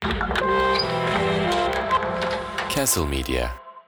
Castle Media.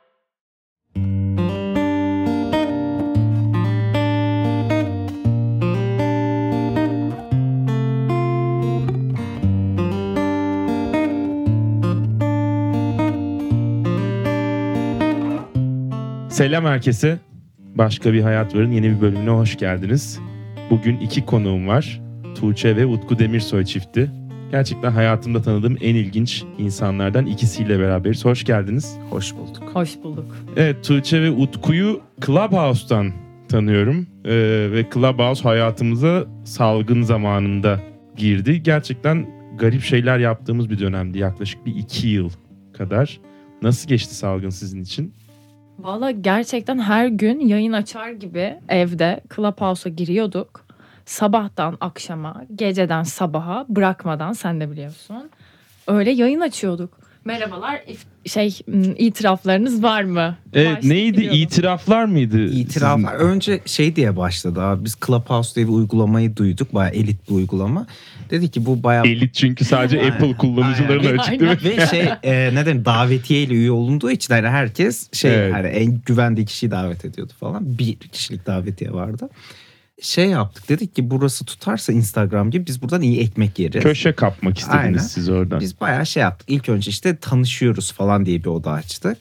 Selam herkese. Başka bir Hayat Var'ın yeni bir bölümüne hoş geldiniz. Bugün iki konuğum var. Tuğçe ve Utku Demirsoy çifti. Gerçekten hayatımda tanıdığım en ilginç insanlardan ikisiyle beraberiz. Hoş geldiniz. Hoş bulduk. Hoş bulduk. Evet, Tuğçe ve Utku'yu Clubhouse'tan tanıyorum. Ve Clubhouse hayatımıza salgın zamanında girdi. Gerçekten garip şeyler yaptığımız bir dönemdi. Yaklaşık bir 2 yıl kadar. Nasıl geçti salgın sizin için? Valla gerçekten her gün yayın açar gibi evde Clubhouse'a giriyorduk. Sabahtan akşama, geceden sabaha bırakmadan, sen de biliyorsun. Öyle yayın açıyorduk. Merhabalar, itiraflarınız var mı? Evet, neydi? İtiraflar mıydı? İtiraflar. Önce şey diye başladı abi. Biz Clubhouse diye bir uygulamayı duyduk. Bayağı elit bir uygulama. Dedi ki bu bayağı... Elit çünkü sadece Apple kullanıcılarına açık değil mi? Ve davetiyeyle üye olunduğu için hani herkes Evet. hani en güvendiği kişiyi davet ediyordu falan. Bir kişilik davetiye vardı. Yaptık, dedik ki burası tutarsa Instagram gibi biz buradan iyi ekmek yeriz. Köşe kapmak istediniz. Aynen. Siz oradan. Biz bayağı yaptık. İlk önce işte tanışıyoruz falan diye bir oda açtık.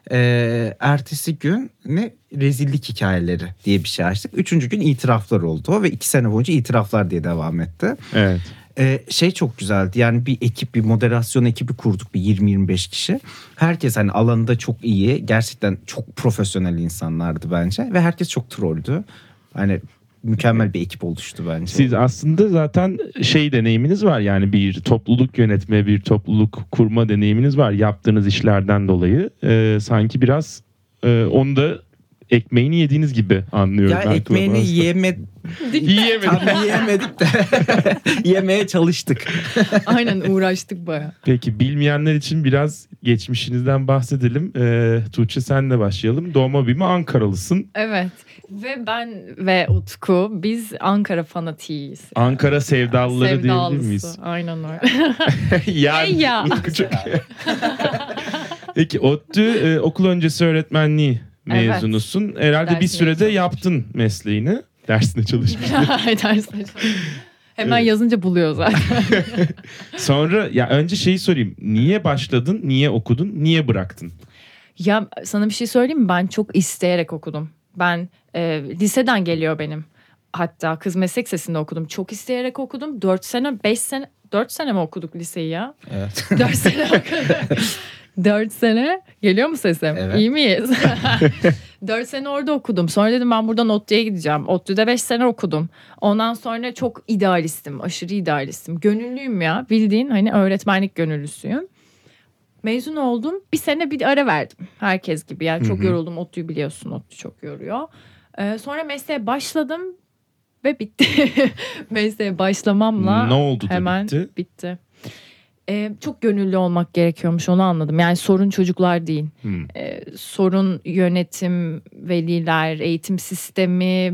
Ertesi gün rezillik hikayeleri diye bir şey açtık. 3. gün itiraflar oldu ve 2 sene boyunca itiraflar diye devam etti. Evet. Çok güzeldi. Yani bir moderasyon ekibi kurduk, bir 20-25 kişi. Herkes hani alanında çok iyi, gerçekten çok profesyonel insanlardı bence ve herkes çok trolldü. Hani mükemmel bir ekip oluştu bence. Siz aslında zaten deneyiminiz var, yani bir topluluk yönetme, bir topluluk kurma deneyiminiz var yaptığınız işlerden dolayı. Sanki biraz onu da ekmeğini yediğiniz gibi anlıyorum. Ya ekmeğini yiyemedik. Tam yiyemedik de yemeye çalıştık. Aynen, uğraştık bayağı. Peki, bilmeyenler için biraz geçmişinizden bahsedelim. Tuğçe, senle başlayalım. Doğma büyüme Ankaralısın. Evet. Ve ben ve Utku, biz Ankara fanatiyiz. Ankara sevdalıları diyebilir miyiz? Aynen öyle. Yani ya. Utku çok... Peki, ODTÜ okul öncesi öğretmenliği mezunusun. Herhalde Dersine bir sürede çalışmış. yaptın mesleğini. Dersine çalışmıştın. Dersine çalışmış. Hemen Evet. yazınca buluyor zaten. Sonra önce sorayım. Niye başladın? Niye okudun? Niye bıraktın? Ya sana bir şey söyleyeyim mi? Ben çok isteyerek okudum. Ben liseden geliyor benim. Hatta kız meslek lisesinde okudum. Çok isteyerek okudum. 4 sene mi okuduk liseyi ya? Evet. 4 sene okuduk. 4 sene. Geliyor mu sesim? Evet. İyi miyiz? 4 sene orada okudum. Sonra dedim ben buradan ODTÜ'ye gideceğim. ODTÜ'de 5 sene okudum. Ondan sonra çok idealistim. Aşırı idealistim. Gönüllüyüm ya. Bildiğin hani öğretmenlik gönüllüsüyüm. Mezun oldum. Bir sene bir ara verdim. Herkes gibi. Yani çok yoruldum. ODTÜ'yü biliyorsun. ODTÜ çok yoruyor. Sonra mesleğe başladım. Ve bitti. Mesleğe başlamamla Ne oldu da hemen bitti? Çok gönüllü olmak gerekiyormuş, onu anladım. Yani sorun çocuklar değil. Sorun yönetim, veliler, eğitim sistemi,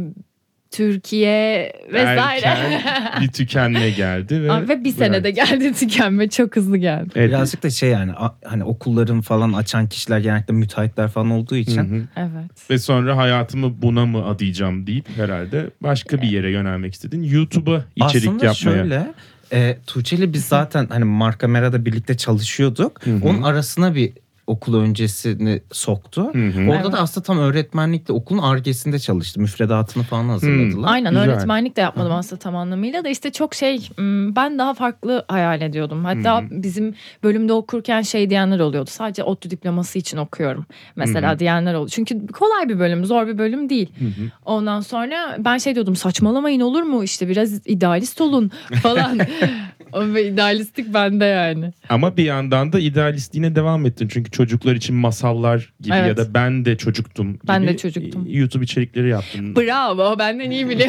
Türkiye vesaire. Erken bir tükenme geldi Ve bir senede geldi tükenme, çok hızlı geldi. Evet. Birazcık da yani hani okulların falan açan kişiler genellikle müteahhitler falan olduğu için. Hı-hı. Evet. Ve sonra hayatımı buna mı adayacağım deyip herhalde başka bir yere yönelmek istedin. YouTube'a içerik aslında yapmaya. şöyle Tuğçe'yle biz zaten hani Marka Mera'da birlikte çalışıyorduk. Onun arasına bir okul öncesini soktu. Orada da aslında tam öğretmenlikle okulun Ar-Ge'sinde çalıştı. Müfredatını falan hazırladılar. Aynen, Güzel. öğretmenlik de yapmadım aslında tam anlamıyla da işte çok ben daha farklı hayal ediyordum. Hatta bizim bölümde okurken diyenler oluyordu. Sadece ODTÜ diploması için okuyorum mesela diyenler oldu. Çünkü kolay bir bölüm, zor bir bölüm değil. Ondan sonra ben diyordum, saçmalamayın olur mu, işte biraz idealist olun falan. O idealistlik bende yani. Ama bir yandan da idealistliğine devam ettin. Çünkü çocuklar için masallar gibi ya da ben de çocuktum gibi. Ben de çocuktum. YouTube içerikleri yaptın. Bravo, benden iyi biliyor.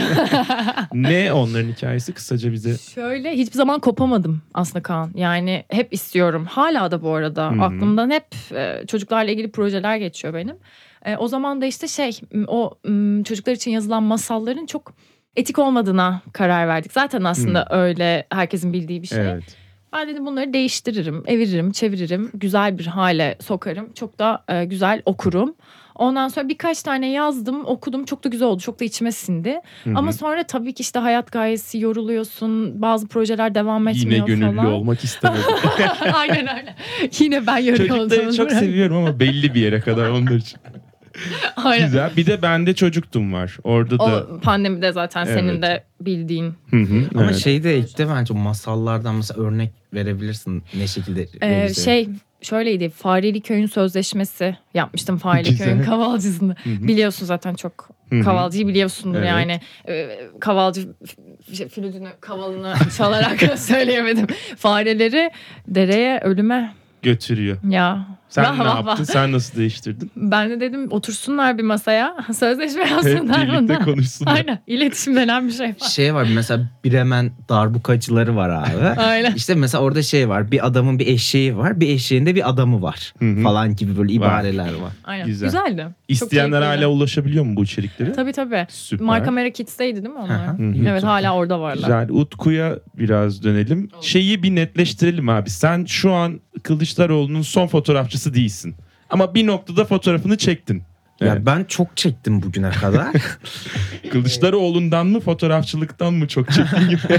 Ne onların hikayesi, kısaca bize. Şöyle, hiçbir zaman kopamadım aslında Kaan. Yani hep istiyorum. Hala da bu arada aklımdan hep çocuklarla ilgili projeler geçiyor benim. O zaman da işte çocuklar için yazılan masalların çok etik olmadığına karar verdik. Zaten aslında öyle herkesin bildiği bir şey. Evet. Ben dedim bunları değiştiririm, eviririm, çeviririm, güzel bir hale sokarım. Çok da güzel okurum. Ondan sonra birkaç tane yazdım, okudum. Çok da güzel oldu. Çok da içime sindi. Ama sonra tabii ki işte hayat gayesi, yoruluyorsun. Bazı projeler devam etmiyor Yine gönüllü falan. olmak istemedim. Aynen öyle. Yine ben yoruyorum. Çocukları çok seviyorum ama belli bir yere kadar onlar için. Aynen. Güzel. Bir de bende çocuktum var. Orada da. O pandemide zaten senin Evet. de bildiğin. Ama Evet. şey de ekte bence masallardan mesela örnek verebilirsin ne şekilde vereceğini. Şöyleydi. Fareli Köy'ün sözleşmesi yapmıştım Fareli Güzel. Köy'ün kavalcısında. Biliyorsun zaten çok kavalcıyı biliyorsundur Evet. yani. Kavalcı flütünü kavalını çalarak söyleyemedim. Fareleri dereye ölüme Götürüyor. ya. Sen Vah, ne vah, yaptın? vah. Sen nasıl değiştirdin? Ben de dedim otursunlar bir masaya. Sözleşme Hep yapsınlar birlikte ondan. konuşsunlar. Aynen. İletişim denen bir şey var. Şey var mesela Bremen darbukacıları var abi. Aynen. İşte mesela orada şey var, bir adamın bir eşeği var, bir eşeğin de bir adamı var falan gibi böyle ibareler var. Aynen. Güzel. Güzeldi. Çok İsteyenler keyifliydi. hala ulaşabiliyor mu bu içerikleri? Tabii. Süper. Marka Mera Kids'teydi değil mi onlar? Hı Evet hala orada varlar. Güzel. Utku'ya biraz dönelim. Şeyi bir netleştirelim abi. Sen şu an Kılıçdaroğlu'nun son fotoğrafçısı değilsin. Ama bir noktada fotoğrafını çektin. Ya Evet. ben çok çektim bugüne kadar. Kılıçdaroğlu'ndan mı fotoğrafçılıktan mı çok çektin gibi.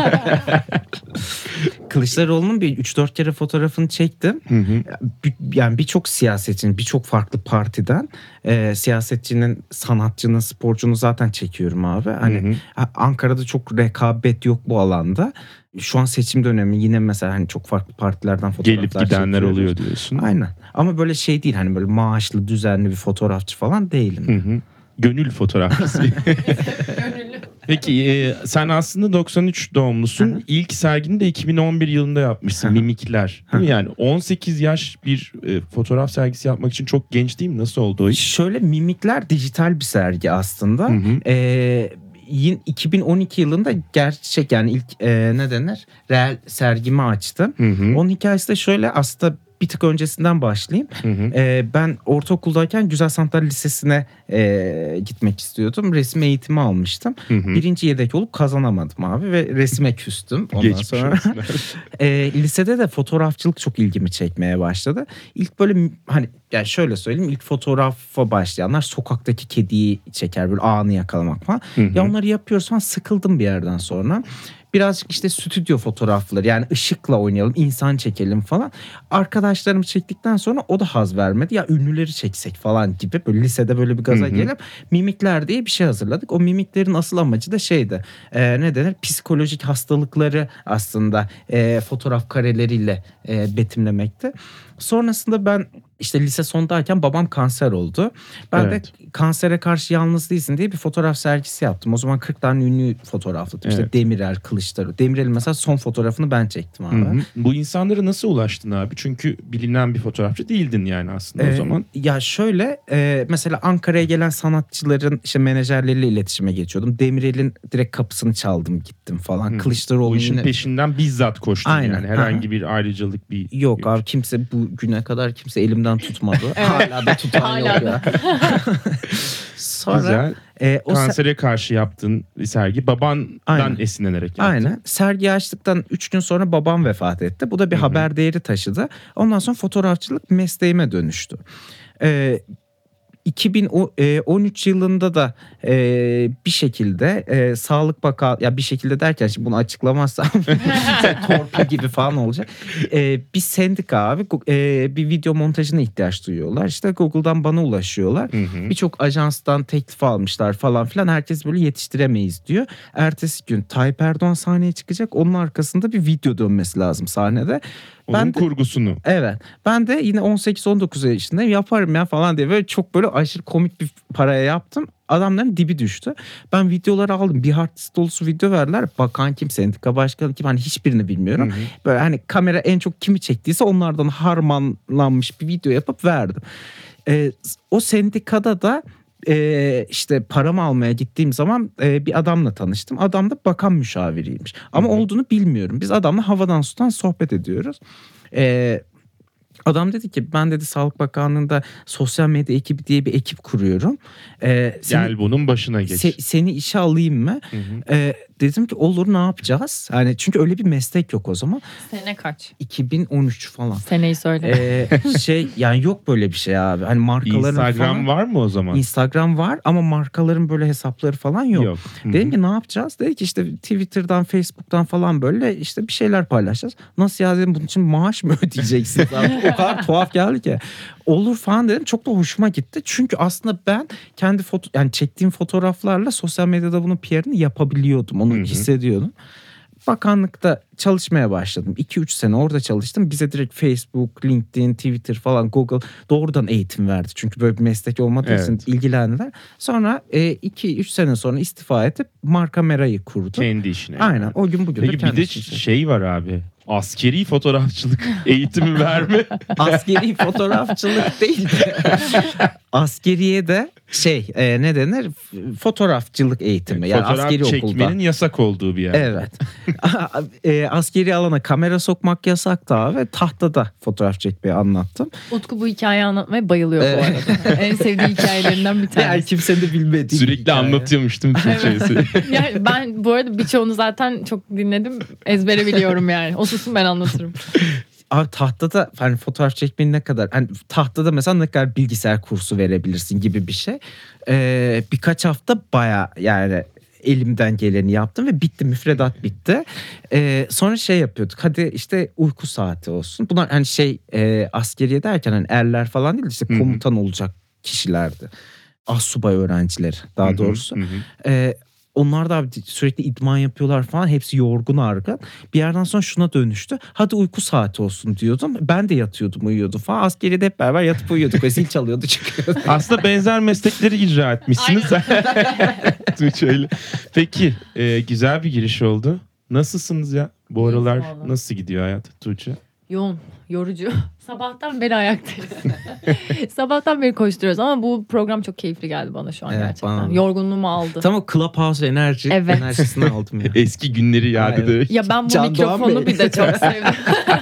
Kılıçdaroğlu'nun bir 3-4 kere fotoğrafını çektim. Yani birçok siyasetçinin, birçok farklı partiden siyasetçinin, sanatçının, sporcunun zaten çekiyorum abi. Hani Ankara'da çok rekabet yok bu alanda. Şu an seçim dönemi yine mesela hani çok farklı partilerden fotoğraflar Gelip gidenler çekiyoruz. oluyor diyorsun. Aynen. Ama böyle şey değil hani böyle maaşlı, düzenli bir fotoğrafçı falan değilim. Gönül fotoğrafçısı. Peki sen aslında 93 doğumlusun. Hı. İlk sergini de 2011 yılında yapmışsın. Hı. Mimikler. Değil mi? Yani 18 yaş bir fotoğraf sergisi yapmak için çok genç değil mi? Nasıl oldu o iş? Şöyle Mimikler dijital bir sergi aslında. 2012 yılında gerçek yani ilk ne denir? Reel sergimi açtım. Onun hikayesi de şöyle aslında bir tık öncesinden başlayayım. Ben ortaokuldayken Güzel Sanatlar Lisesi'ne gitmek istiyordum. Resim eğitimi almıştım. Birinci yedek olup kazanamadım abi ve resme küstüm. Ondan Geçmiş sonra olsun. lisede de fotoğrafçılık çok ilgimi çekmeye başladı. İlk böyle hani yani şöyle söyleyeyim ilk fotoğrafa başlayanlar sokaktaki kediyi çeker böyle anı yakalamak falan. Ya onları yapıyoruz falan sıkıldım bir yerden sonra. Birazcık işte stüdyo fotoğrafları yani ışıkla oynayalım, insan çekelim falan. Arkadaşlarımı çektikten sonra o da haz vermedi. Ya ünlüleri çeksek falan gibi böyle lisede böyle bir gaza gelip Mimikler diye bir şey hazırladık. O mimiklerin asıl amacı da şeydi. Ne denir? Psikolojik hastalıkları aslında fotoğraf kareleriyle betimlemekti. Sonrasında ben işte lise sondayken babam kanser oldu. Ben de kansere karşı yalnız değilsin diye bir fotoğraf sergisi yaptım. O zaman 40 tane ünlü fotoğrafladım. İşte Demirel, Kılıçdaroğlu. Demirel'in mesela son fotoğrafını ben çektim abi. Bu insanlara nasıl ulaştın abi? Çünkü bilinen bir fotoğrafçı değildin yani aslında o zaman. Ya şöyle mesela Ankara'ya gelen sanatçıların işte menajerleriyle iletişime geçiyordum. Demirel'in direkt kapısını çaldım gittim falan. Kılıçdaroğlu'nun O işin yine... peşinden bizzat koştun Aynen. yani. Herhangi bir ayrıcalık bir... Yok abi kimse bu güne kadar kimse elimden tutmadı. Hala da tutan Hala yok da. ya. Sonra Güzel. o Kansere karşı yaptığın bir sergi babandan Aynen. esinlenerek yaptın. Aynen. Sergi açtıktan 3 gün sonra babam vefat etti. Bu da bir haber değeri taşıdı. Ondan sonra fotoğrafçılık mesleğime dönüştü. 2013 yılında da bir şekilde Sağlık Bakanı ya bir şekilde derken şimdi bunu açıklamazsam torpil gibi falan olacak. Bir sendika abi bir video montajına ihtiyaç duyuyorlar. İşte Google'dan bana ulaşıyorlar. Birçok ajanstan teklif almışlar falan filan. Herkes böyle yetiştiremeyiz diyor. Ertesi gün Tayyip Erdoğan sahneye çıkacak. Onun arkasında bir video dönmesi lazım sahnede. Onun kurgusunu. Evet. Ben de yine 18-19 yaşındayım yaparım ya falan diye böyle çok böyle aşırı komik bir paraya yaptım. Adamların dibi düştü. Ben videoları aldım. Bir hard disk dolusu video verdiler. Bakan kim, sendika başkanı kim hani hiçbirini bilmiyorum. Böyle hani kamera en çok kimi çektiyse onlardan harmanlanmış bir video yapıp verdim. O sendikada da işte paramı almaya gittiğim zaman bir adamla tanıştım. Adam da bakan müşaviriymiş. Ama olduğunu bilmiyorum. Biz adamla havadan sudan sohbet ediyoruz. Adam dedi ki ben dedi Sağlık Bakanlığı'nda sosyal medya ekibi diye bir ekip kuruyorum. Gel bunun başına geç. Seni işe alayım mı? dedim ki olur, ne yapacağız? Yani çünkü öyle bir meslek yok o zaman. Sene kaç? 2013 falan. Seneyi söyle. Yani yok böyle bir şey abi. Hani markaların Instagram falan. var mı o zaman? Instagram var ama markaların böyle hesapları falan yok. Hı hı. Dedim ki ne yapacağız? Dedi ki işte Twitter'dan, Facebook'tan falan böyle işte bir şeyler paylaşacağız. Nasıl ya dedim, bunun için maaş mı ödeyeceksiniz abi? O kadar tuhaf geldi ki. Olur falan dedim. Çok da hoşuma gitti. Çünkü aslında ben kendi yani çektiğim fotoğraflarla sosyal medyada bunun PR'ını yapabiliyordum. Onu hissediyordum. Bakanlıkta çalışmaya başladım. 2-3 sene orada çalıştım. Bize direkt Facebook, LinkedIn, Twitter falan, Google doğrudan eğitim verdi. Çünkü böyle bir meslek olmadığı için ilgilendiler. Sonra 2-3 sene sonra istifa edip Marka Mera'yı kurdu. Kendi işine. Aynen. O gün bugün Peki de bir kendi de işine. şey var abi. Askeri fotoğrafçılık eğitimi verme. Askeri fotoğrafçılık değil de askeriye de ne denir? Fotoğrafçılık eğitimi. Yani Fotoğraf askeri çekmenin okulda. yasak olduğu bir yer. Evet. Askeri alana kamera sokmak yasaktı abi. Tahtada fotoğraf çekmeyi anlattım. Utku bu hikayeyi anlatmaya bayılıyor bu arada. En sevdiği hikayelerinden bir tanesi. Yani kimsenin de bilmediği Sürekli hikaye. anlatıyormuştum Türkçesi. Yani ben bu arada birçoğunu zaten çok dinledim. Ezbere biliyorum yani. O susun, ben anlatırım. Abi tahtada hani fotoğraf çekmenin ne kadar, hani tahtada mesela ne kadar bilgisayar kursu verebilirsin gibi bir şey. Birkaç hafta baya yani elimden geleni yaptım ve bitti, müfredat bitti. Sonra şey yapıyorduk, hadi işte uyku saati olsun. Bunlar hani askeriye derken hani erler falan değil, işte komutan olacak kişilerdi. Astsubay öğrencileri daha doğrusu. Onlar da abi sürekli idman yapıyorlar falan. Hepsi yorgun argın. Bir yerden sonra şuna dönüştü. Hadi uyku saati olsun diyordum. Ben de yatıyordum, uyuyordum falan. Askeriyede hep beraber yatıp uyuyorduk. Ve zil çalıyordu, çıkıyordu. Aslında benzer meslekleri icra etmişsiniz. Tuğçe'yle. Peki güzel bir giriş oldu. Nasılsınız ya? Bu İyiyiz aralar vallahi. nasıl gidiyor hayat Tuğçe? Yoğun, yorucu. Sabahtan beri ayaktayız. Sabahtan beri koşturuyoruz ama bu program çok keyifli geldi bana şu an Evet, gerçekten. bana da. Yorgunluğumu aldı. Tam o Clubhouse enerjisini aldım ya. Eski günleri yad Aynen. ederek. Ya ben bu Can Doğan mikrofonu Bey. bir de çok sevdim.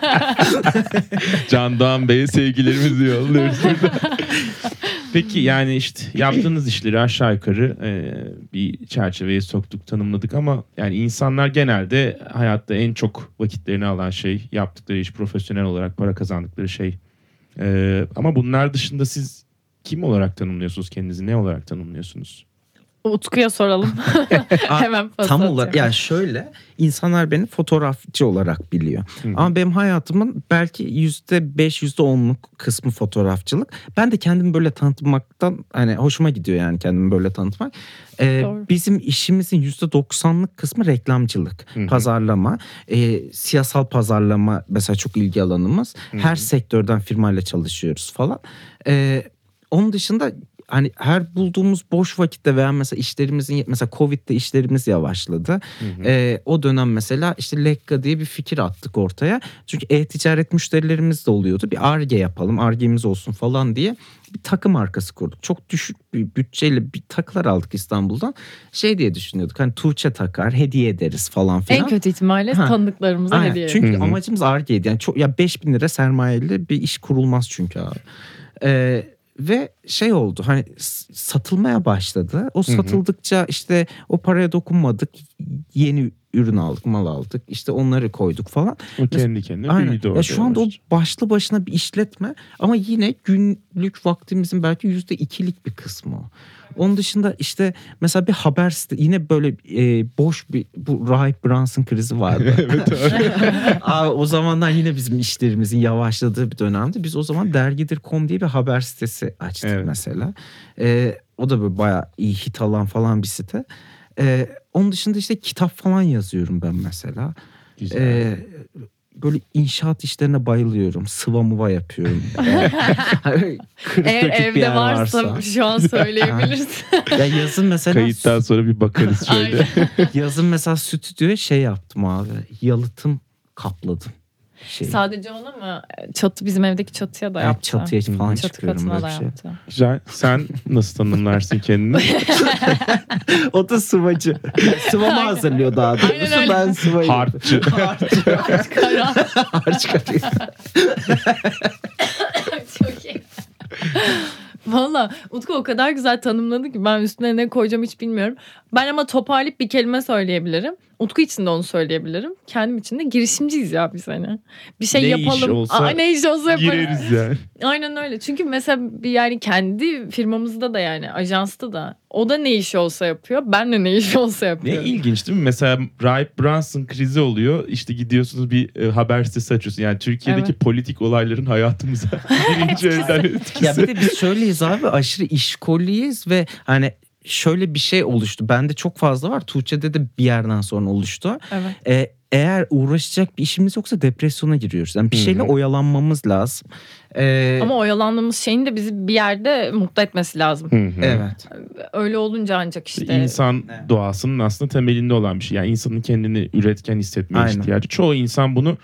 Can Doğan Bey'e sevgilerimizi yolluyoruz burada. Peki yani işte yaptığınız işleri aşağı yukarı bir çerçeveye soktuk, tanımladık ama yani insanlar genelde hayatta en çok vakitlerini alan şey, yaptıkları iş, profesyonel olarak para kazandıkları şey. Ama bunlar dışında siz kim olarak tanımlıyorsunuz kendinizi? Ne olarak tanımlıyorsunuz? Utku'ya soralım. Hemen pas Tam atıyor. olarak yani şöyle, insanlar beni fotoğrafçı olarak biliyor. Ama benim hayatımın belki %5 %10'luk kısmı fotoğrafçılık. Ben de kendimi böyle tanıtmaktan hani hoşuma gidiyor yani kendimi böyle tanıtmak. Bizim işimizin %90'lık kısmı reklamcılık, pazarlama, siyasal pazarlama mesela çok ilgi alanımız. Her sektörden firmayla çalışıyoruz falan. Onun dışında hani her bulduğumuz boş vakitte veya mesela mesela Covid'de işlerimiz yavaşladı. O dönem mesela işte Lekka diye bir fikir attık ortaya. Çünkü e-ticaret müşterilerimiz de oluyordu. Bir Ar-Ge yapalım, Ar-Ge'miz olsun falan diye bir takı markası kurduk. Çok düşük bir bütçeyle bir takılar aldık İstanbul'dan. Diye düşünüyorduk, hani Tuğçe takar, hediye ederiz falan filan. En kötü ihtimalle tanıdıklarımıza Aynen. hediye. Çünkü amacımız Ar-Ge'ydi. Yani 5.000 lira sermayeli bir iş kurulmaz çünkü abi. Ve oldu, hani satılmaya başladı. O satıldıkça işte o paraya dokunmadık. Yeni ürün aldık, mal aldık. İşte onları koyduk falan. O kendi kendine Aynen. büyüdü orada. Ya şu anda o başlı başına bir işletme ama yine günlük vaktimizin belki %2'lik bir kısmı o. Onun dışında işte mesela bir haber site, yine böyle boş bir, bu Rahip Brunson krizi vardı. Evet. Abi, o zamanlar yine bizim işlerimizin yavaşladığı bir dönemdi. Biz o zaman dergidir.com diye bir haber sitesi açtık mesela. O da böyle bayağı iyi hit alan falan bir site. Onun dışında işte kitap falan yazıyorum ben mesela. Güzel. Böyle inşaat işlerine bayılıyorum. Sıva muva yapıyorum. Eğer evde varsa şu an söyleyebilirsin. Ya yazın mesela Kayıttan sonra bir bakarız şöyle. yazın mesela stüdyoya yaptım abi. Yalıtım kapladım. Sadece ona mı? Çatı, bizim evdeki çatıya da yaptı. Çatıya falan Çatı çıkıyorum katına böyle da bir şey. yaptı. Güzel. Sen nasıl tanımlarsın kendini? O da sıvacı. Sıva mı hazırlıyor daha doğrusu? Aynen öyle. Ben sıvayı. Harççı. Harç kara. Harç kara. Çok iyi. Valla Valla Utku o kadar güzel tanımladı ki ben üstüne ne koyacağım hiç bilmiyorum. Ben ama toparlayıp bir kelime söyleyebilirim. Utku için de onu söyleyebilirim. Kendim için de girişimciyiz ya biz hani. Bir şey Ne yapalım. iş olsa ne iş olsa yaparız. Gireriz yani. Aynen öyle. Çünkü mesela bir yani kendi firmamızda da yani ajansta da o da ne iş olsa yapıyor. Ben de ne iş olsa Ne yapıyorum. ilginç değil mi? Mesela Rahip Brunson krizi oluyor. İşte gidiyorsunuz bir haber sitesi açıyorsun. Yani Türkiye'deki Evet. politik olayların hayatımıza birinci elden etkisi. Ya bir de biz şöyleyiz abi, aşırı işkolliyiz ve hani şöyle bir şey oluştu. Bende çok fazla var. Tuğçe'de de bir yerden sonra oluştu. Evet. Eğer uğraşacak bir işimiz yoksa depresyona giriyoruz. Yani bir şeyle Hı hı. oyalanmamız lazım. Ama oyalandığımız şeyin de bizi bir yerde mutlu etmesi lazım. Hı hı. Evet. Öyle olunca ancak işte. İnsan doğasının aslında temelinde olan bir şey. Yani insanın kendini üretken hissetme Aynen. ihtiyacı. Çoğu insan bunu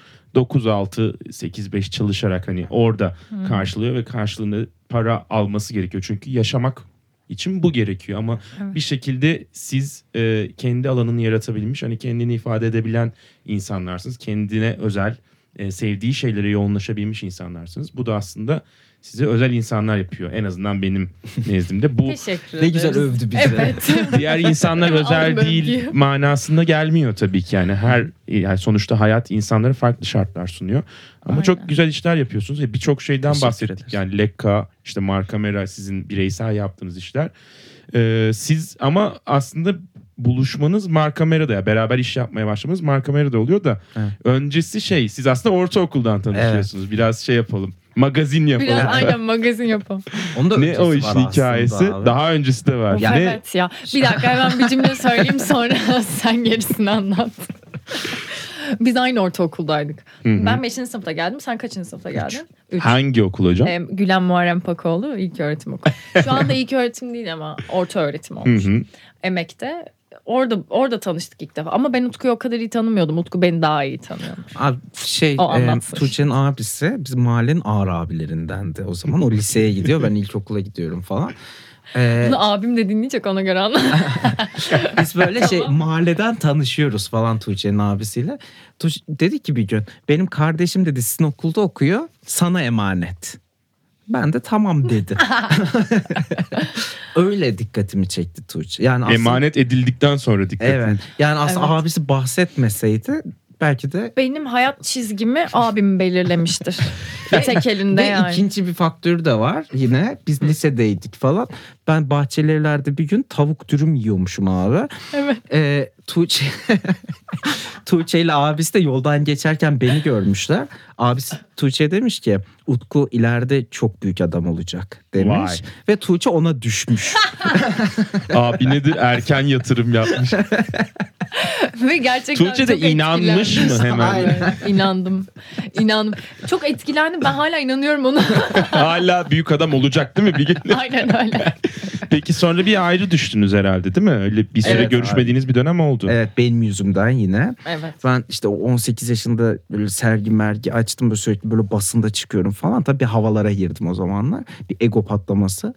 9-6-8-5 çalışarak hani orada karşılıyor ve karşılığında para alması gerekiyor. Çünkü yaşamak için bu gerekiyor ama Evet. bir şekilde siz kendi alanını yaratabilmiş, hani kendini ifade edebilen insanlarsınız. Kendine özel, sevdiği şeylere yoğunlaşabilmiş insanlarsınız. Bu da aslında sizi özel insanlar yapıyor. En azından benim nezdimde bu. Teşekkür Ne ederiz. güzel övdü bizi. Evet. Diğer insanlar özel Aldım değil övgüyü. manasında gelmiyor tabii ki. Yani sonuçta hayat insanlara farklı şartlar sunuyor. Ama Aynen. çok güzel işler yapıyorsunuz ve birçok şeyden Teşekkür bahsettik. ederiz. Yani Lekka, işte Markamera sizin bireysel yaptığınız işler. Siz ama aslında buluşmanız Markamera'da, ya beraber iş yapmaya başlamanız Markamera'da oluyor da Evet. öncesi siz aslında ortaokuldan tanışıyorsunuz. Biraz şey yapalım. Magazin yapalım. Biraz aynen magazin yapalım. Onun da Ne ötesi o var işin aslında hikayesi? abi. Daha öncesi de var. Of, Ne? evet ya. Bir dakika hemen bir cümle söyleyeyim sonra sen gerisini anlat. Biz aynı ortaokuldaydık. Hı hı. Ben 5. sınıfta geldim. Sen kaçıncı sınıfta geldin? 3. Hangi okul hocam? Gülen Muharrem Pakoğlu ilköğretim okulu. Şu anda ilköğretim değil ama orta öğretim olmuş. Hı hı. Emek'te. Orada tanıştık ilk defa. Ama ben Utku'yu o kadar iyi tanımıyordum. Utku beni daha iyi tanıyormuş. Abi O anlatsın. Tuğçe'nin abisi bizim mahallenin ağır abilerindendi o zaman. O liseye gidiyor, ben ilkokula gidiyorum falan. Bunu abim de dinleyecek, ona göre anlat. Biz böyle mahalleden tanışıyoruz falan Tuğçe'nin abisiyle. Tuğçe dedi ki bir gün, benim kardeşim dedi sizin okulda okuyor, sana emanet. Ben de tamam dedim. Öyle dikkatimi çekti Tuğçe. Yani aslında, Emanet edildikten sonra dikkat edin. evet. Yani aslında Evet. abisi bahsetmeseydi belki de. Benim hayat çizgimi abim belirlemiştir. Tek elinde Ve yani. ikinci bir faktörü de var yine. Biz lisedeydik falan. Ben Bahçelievler'de bir gün tavuk dürüm yiyormuşum abi. Evet. Tuğçe ile abisi de yoldan geçerken beni görmüşler. Abisi Tuğçe'ye demiş ki Utku ileride çok büyük adam olacak demiş. Vay. Ve Tuğçe ona düşmüş. Abi nedir? Erken yatırım yapmış. Ve gerçekten Tuğçe de çok inanmış mı etkilendim. hemen? Aynen. İnandım. Çok etkilendim. Ben hala inanıyorum ona. Hala büyük adam olacak değil mi bir gün? Aynen öyle. Peki sonra bir ayrı düştünüz herhalde değil mi? Öyle bir süre Evet, görüşmediğiniz bir dönem oldu. Evet, benim yüzümden yine. Evet. Ben işte 18 yaşında böyle sergi mergi açtım, böyle sürekli böyle basında çıkıyorum falan. Tabii havalara girdim o zamanlar. Bir ego patlaması.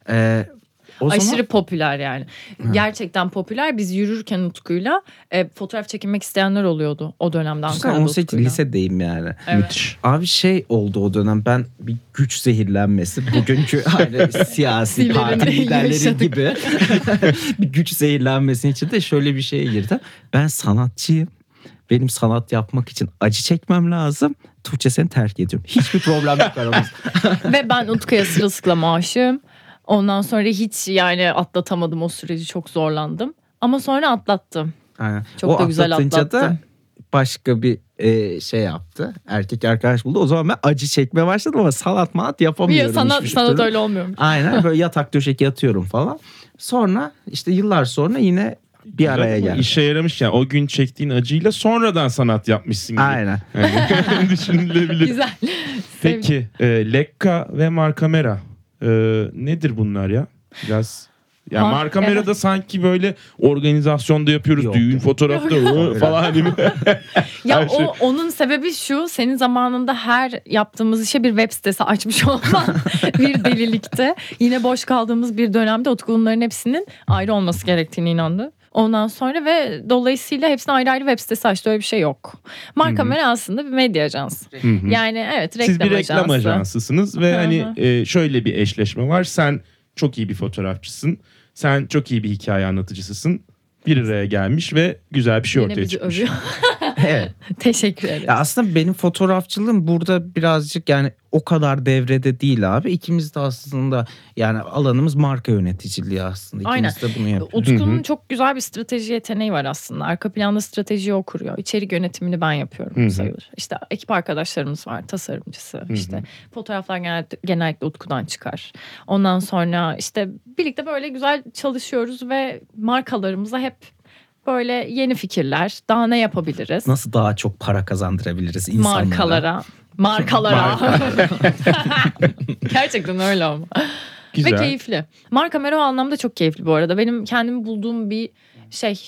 O Aşırı zaman popüler yani. Gerçekten popüler. Biz yürürken Utku'yla fotoğraf çekinmek isteyenler oluyordu o dönemde Ankara'da 18 Utku'yla. lisedeyim yani. Evet. Müthiş. Abi şey oldu o dönem, ben bir güç zehirlenmesi, bugünkü hani siyasi parti Zillerinde liderleri yaşadık. gibi bir güç zehirlenmesi için de şöyle bir şeye girdim. Ben sanatçıyım. Benim sanat yapmak için acı çekmem lazım. Tuğçe seni terk ediyorum. Hiçbir problem yok aramızda. Ve ben Utku'ya sırılsıklam aşığım. Ondan sonra hiç yani atlatamadım o süreci, çok zorlandım. Ama sonra atlattım. Aynen. Çok O da güzel atlatınca da atlattım. başka bir şey yaptı. Erkek arkadaş buldu. O zaman ben acı çekmeye başladım ama sanat yapamıyorum. hiçbir Sanat türlü. öyle olmuyormuş. Aynen, böyle yatak döşek yatıyorum falan. Sonra işte yıllar sonra yine bir araya geldik. İşe yaramış yani. O gün çektiğin acıyla sonradan sanat yapmışsın gibi. Aynen. Yani düşünülebilir. Güzel. Peki Lekka ve Markamera nedir bunlar ya? Biraz ya Ha, Markamera'da evet. sanki böyle organizasyonda yapıyoruz, Yok. düğün fotoğrafta falan hani. Ya Her şey- onun sebebi şu: senin zamanında her yaptığımız işe bir web sitesi açmış olman bir delilikti. Yine boş kaldığımız bir dönemde Utku bunların hepsinin ayrı olması gerektiğini inandı. Ondan sonra ve dolayısıyla hepsine ayrı ayrı web sitesi açtı. Öyle bir şey yok. Markamera aslında bir medya ajansı. Hı hı. Yani evet, reklam Siz bir reklam ajansı. ajansısınız ve Hı hı. hani şöyle bir eşleşme var. Sen çok iyi bir fotoğrafçısın. Sen çok iyi bir hikaye anlatıcısısın. Bir araya gelmiş ve güzel bir şey Yine ortaya bizi çıkmış. övüyor. Evet. Teşekkür ederim. Ya aslında benim fotoğrafçılığım burada birazcık yani o kadar devrede değil abi. İkimiz de aslında yani alanımız marka yöneticiliği aslında. İkimiz de bunu yapıyoruz. Utku'nun çok güzel bir strateji yeteneği var aslında. Arka planda stratejiyi o kuruyor. İçerik yönetimini ben yapıyorum sayılır. İşte ekip arkadaşlarımız var, tasarımcısı. İşte fotoğraflar genellikle Utku'dan çıkar. Ondan sonra işte birlikte böyle güzel çalışıyoruz ve markalarımıza hep böyle yeni fikirler. Daha ne yapabiliriz? Nasıl daha çok para kazandırabiliriz insanlara? Markalara. Gerçekten öyle ama. Güzel. Ve keyifli. Marka Mero o anlamda çok keyifli bu arada. Benim kendimi bulduğum bir şey.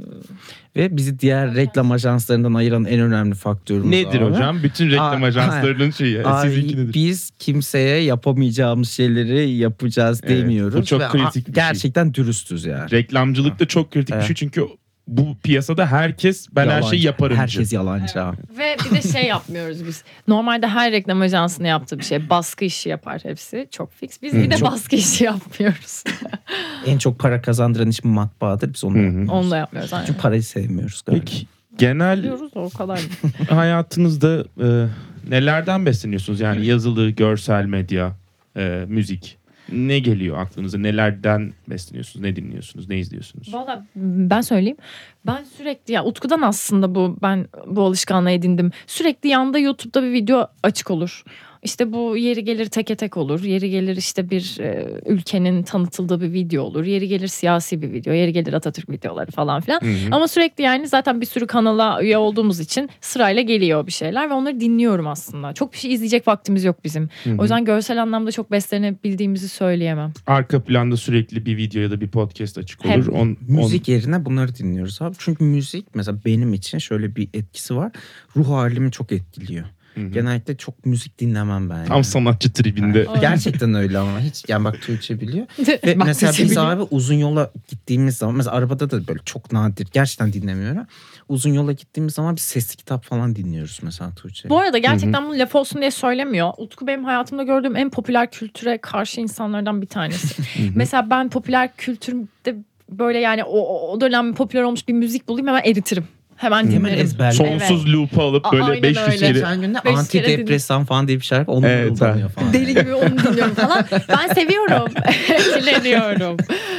Ve bizi diğer reklam ajanslarından ayıran en önemli faktörümüz Nedir abi. hocam? Bütün reklam Aa, ajanslarının şeyi. Abi, Sizinki nedir? biz kimseye yapamayacağımız şeyleri yapacağız Evet, demiyoruz. bu çok ve kritik bir şey. gerçekten dürüstüz yani. Reklamcılıkta çok kritik bir şey çünkü bu piyasada herkes ben her Yalancı. şeyi yaparım. Herkes yalancı abi. Ve bir de şey yapmıyoruz biz. Normalde her reklam ajansının yaptığı bir şey. Baskı işi yapar hepsi. Çok fix. Biz bir de baskı işi yapmıyoruz. En çok para kazandıran iş matbaadır. Biz onu yapmıyoruz. Onu da yapmıyoruz. Aynen. Çünkü parayı sevmiyoruz galiba. Peki genel Yapıyoruz o kadar. hayatınızda nelerden besleniyorsunuz? Yani yazılı, görsel medya, müzik. Ne geliyor aklınıza? Nelerden besleniyorsunuz? Ne dinliyorsunuz? Ne izliyorsunuz? Valla ben söyleyeyim. Ben sürekli ya Utku'dan aslında ben bu alışkanlığı edindim. Sürekli yanda YouTube'da bir video açık olur. İşte bu yeri gelir teke tek olur. Yeri gelir işte bir ülkenin tanıtıldığı bir video olur. Yeri gelir siyasi bir video. Yeri gelir Atatürk videoları falan filan. Ama sürekli yani zaten bir sürü kanala üye olduğumuz için sırayla geliyor bir şeyler. Ve onları dinliyorum aslında. Çok bir şey izleyecek vaktimiz yok bizim. O yüzden görsel anlamda çok beslenebildiğimizi söyleyemem. Arka planda sürekli bir video ya da bir podcast açık olur. Hep. Müzik yerine bunları dinliyoruz abi. Çünkü müzik mesela benim için şöyle bir etkisi var. Ruh halimi çok etkiliyor. Genellikle çok müzik dinlemem ben. Tam sanatçı tribinde. Gerçekten öyle ama hiç yani bak Tuğçe biliyor. Ve Bak, mesela Tuğçe biz biliyor. abi uzun yola gittiğimiz zaman mesela arabada da böyle çok nadir gerçekten dinlemiyorum. Uzun yola gittiğimiz zaman bir sesli kitap falan dinliyoruz mesela Tuğçe. Bu arada gerçekten bunu laf olsun diye söylemiyor. Utku benim hayatımda gördüğüm en popüler kültüre karşı insanlardan bir tanesi. Mesela ben popüler kültürde böyle yani o dönem popüler olmuş bir müzik bulayım hemen eritirim. Hemen dinlerim. ezberle. Sonsuz loop'u alıp böyle Aynen 500 öyle. kere. Geçen gün de 5 kere antidepresan falan diye bir şarkı onu Evet, kullanıyor falan. Deli gibi onu dinliyorum falan. Ben seviyorum. Etkileniyorum.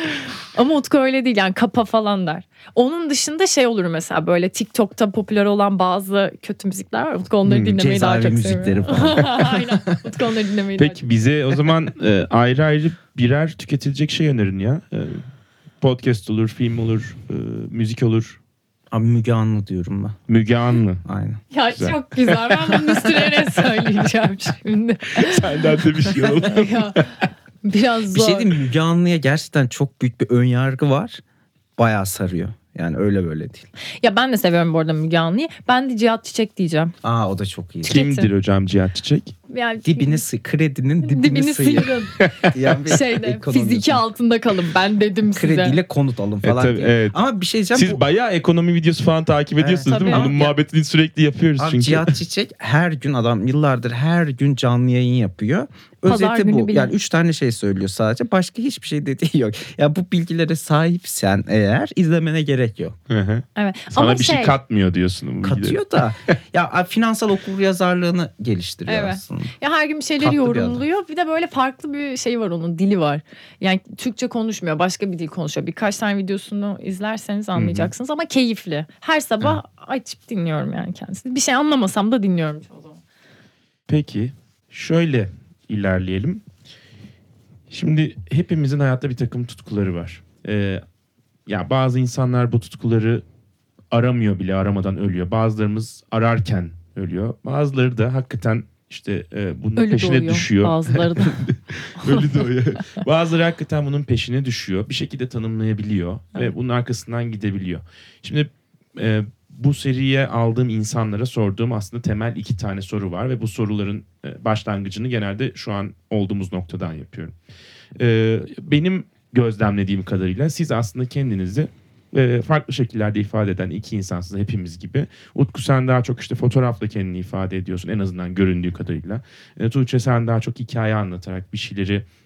Ama Utku öyle değil yani kapa falan der. Onun dışında şey olur mesela böyle TikTok'ta popüler olan bazı kötü müzikler var. Utku onları dinlemeyi daha cezaevi çok müzikleri seviyor. falan. Aynen. Utku onları dinlemeyi daha çok Peki bize o zaman ayrı ayrı birer tüketilecek şey önerin ya. Podcast olur, film olur, müzik olur. Abi Müge Anlı diyorum ben. Müge Anlı. Aynen. Ya Güzel. çok güzel. Ben bunun üstüne ne söyleyeceğim şimdi. Senden de bir şey olur. Ya, biraz Bir zor. şey diyeyim mi? Müge Anlı'ya gerçekten çok büyük bir ön yargı var. Bayağı sarıyor. Yani öyle böyle değil. Ya ben de seviyorum bu arada Müge Anlı'yı. Ben de Cihat Çiçek diyeceğim. Aa o da çok iyi. Kimdir hocam Cihat Çiçek? Yani Dibini kredinin dibini sıyır. sıyırın. diyen bir Şeyde ekonomi. fiziki altında kalın ben dedim size. Krediyle konut alın falan tabii, diye. evet. Ama bir şey diyeceğim. Siz bayağı ekonomi videosu falan takip ediyorsunuz değil mi? tabii. Bunun muhabbetini sürekli yapıyoruz Abi çünkü. Cihat Çiçek her gün adam yıllardır her gün canlı yayın yapıyor. Pazar Özeti günü bu. bile. Yani 3 tane şey söylüyor sadece. Başka hiçbir şey dediği yok. Ya bu bilgilere sahipsen eğer izlemene gerek yok. Hı hı. Evet. Sana Ama bir şey katmıyor diyorsun. bu bilgileri. Katıyor da ya finansal okuryazarlığını geliştiriyor Evet. aslında. ya her gün bir şeyleri Tatlı bir adam. yorumluyor. Bir de böyle farklı bir şey var onun dili var. Yani Türkçe konuşmuyor, başka bir dil konuşuyor. Birkaç tane videosunu izlerseniz anlayacaksınız ama keyifli. Her sabah açıp dinliyorum yani kendisini. Bir şey anlamasam da dinliyorum çoğu zaman. Peki şöyle ilerleyelim. Şimdi hepimizin hayatta bir takım tutkuları var. Ya bazı insanlar bu tutkuları aramıyor bile, aramadan ölüyor. Bazılarımız ararken ölüyor. Bazıları da hakikaten işte bunun Ölü peşine doğuyor düşüyor. bazıları da. Ölü doğuyor. Bazıları hakikaten bunun peşine düşüyor. Bir şekilde tanımlayabiliyor ve bunun arkasından gidebiliyor. Şimdi bu seriye aldığım insanlara sorduğum aslında temel 2 tane soru var ve bu soruların başlangıcını genelde şu an olduğumuz noktadan yapıyorum. Benim gözlemlediğim kadarıyla siz aslında kendinizi farklı şekillerde ifade eden 2 insansınız hepimiz gibi. Utku sen daha çok işte fotoğrafla kendini ifade ediyorsun en azından göründüğü kadarıyla. Tuğçe sen daha çok hikaye anlatarak bir şeyleri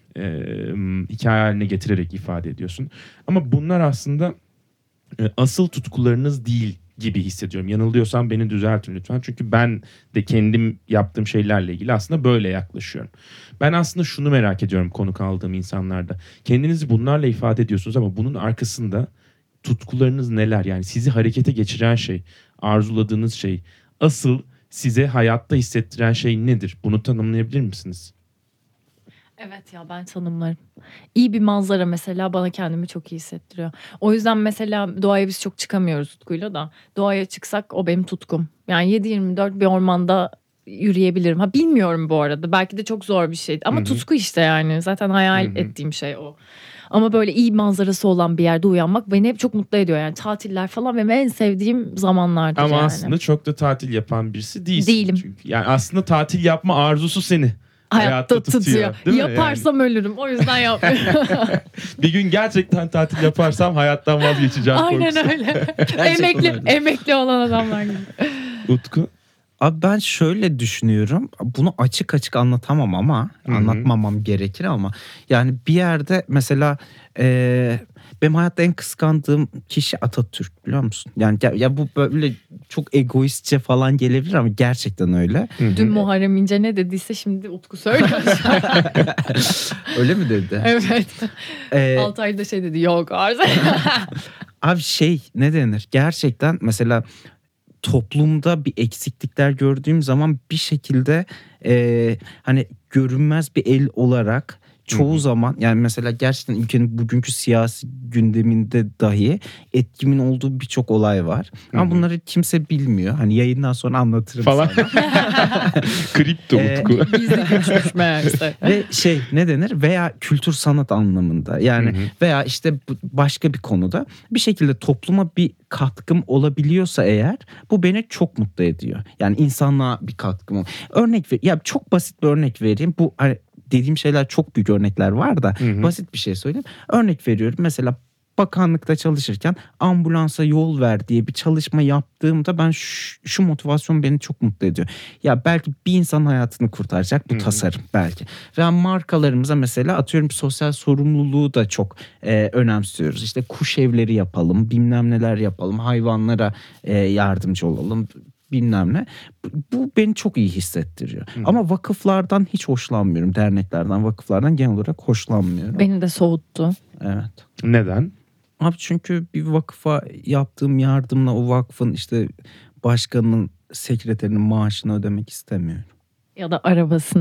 hikaye haline getirerek ifade ediyorsun. Ama bunlar aslında asıl tutkularınız değil gibi hissediyorum. Yanılıyorsam beni düzeltin lütfen. Çünkü ben de kendim yaptığım şeylerle ilgili aslında böyle yaklaşıyorum. Ben aslında şunu merak ediyorum konuk aldığım insanlarda. Kendinizi bunlarla ifade ediyorsunuz ama bunun arkasında tutkularınız neler? Yani sizi harekete geçiren şey, arzuladığınız şey, asıl size hayatta hissettiren şey nedir? Bunu tanımlayabilir misiniz? Evet ya, ben tanımlarım. İyi bir manzara mesela bana kendimi çok iyi hissettiriyor. O yüzden mesela doğaya biz çok çıkamıyoruz tutkuyla da. Doğaya çıksak o benim tutkum. Yani 7/24 bir ormanda yürüyebilirim. Ha, bilmiyorum bu arada. Belki de çok zor bir şey. Ama tutku işte yani. Zaten hayal ettiğim şey o. Ama böyle iyi manzarası olan bir yerde uyanmak beni hep çok mutlu ediyor. Yani tatiller falan benim en sevdiğim zamanlardır Ama yani. aslında çok da tatil yapan birisi değilsin. Değilim. Çünkü. Yani aslında tatil yapma arzusu seni Hayatta tutuyor. değil mi? Yaparsam ölürüm. O yüzden yapmıyorum. Bir gün gerçekten tatil yaparsam hayattan vazgeçeceğim korkusu. Aynen öyle. emekli olan adamlar gibi. Utku? Abi ben şöyle düşünüyorum. Bunu açık açık anlatamam ama anlatmamam gerekir ama yani bir yerde mesela benim hayatta en kıskandığım kişi Atatürk, biliyor musun? Yani ya bu böyle çok egoistçe falan gelebilir ama gerçekten öyle. Dün Muharrem İnce ne dediyse şimdi Utku söylüyor. Öyle mi dedi? Evet. 6 ayda şey dedi, yok artık. Abi ne denir? Gerçekten mesela toplumda bir eksiklikler gördüğüm zaman bir şekilde hani görünmez bir el olarak çoğu zaman, yani mesela gerçekten ülkenin bugünkü siyasi gündeminde dahi etkimin olduğu birçok olay var. Ama bunları kimse bilmiyor. Hani yayından sonra anlatırım falan sana. Kripto Utku. Gizli güçmüş meğerse. Ve ne denir? Veya kültür sanat anlamında. Yani veya işte başka bir konuda bir şekilde topluma bir katkım olabiliyorsa eğer, bu beni çok mutlu ediyor. Yani insanlığa bir katkım. Ya çok basit bir örnek vereyim. Bu hani dediğim şeyler çok büyük örnekler var da basit bir şey söyleyeyim. Örnek veriyorum, mesela bakanlıkta çalışırken ambulansa yol ver diye bir çalışma yaptığımda ben şu motivasyon beni çok mutlu ediyor. Ya belki bir insanın hayatını kurtaracak bu tasarım belki. Ve markalarımıza mesela atıyorum sosyal sorumluluğu da çok önemsiyoruz. İşte kuş evleri yapalım, bilmem neler yapalım, hayvanlara yardımcı olalım, bilmem ne. Bu beni çok iyi hissettiriyor. Ama vakıflardan hiç hoşlanmıyorum. Derneklerden, vakıflardan genel olarak hoşlanmıyorum. Beni de soğuttu. Evet. Neden? Abi çünkü bir vakıfa yaptığım yardımla o vakfın işte başkanının, sekreterinin maaşını ödemek istemiyorum. Ya da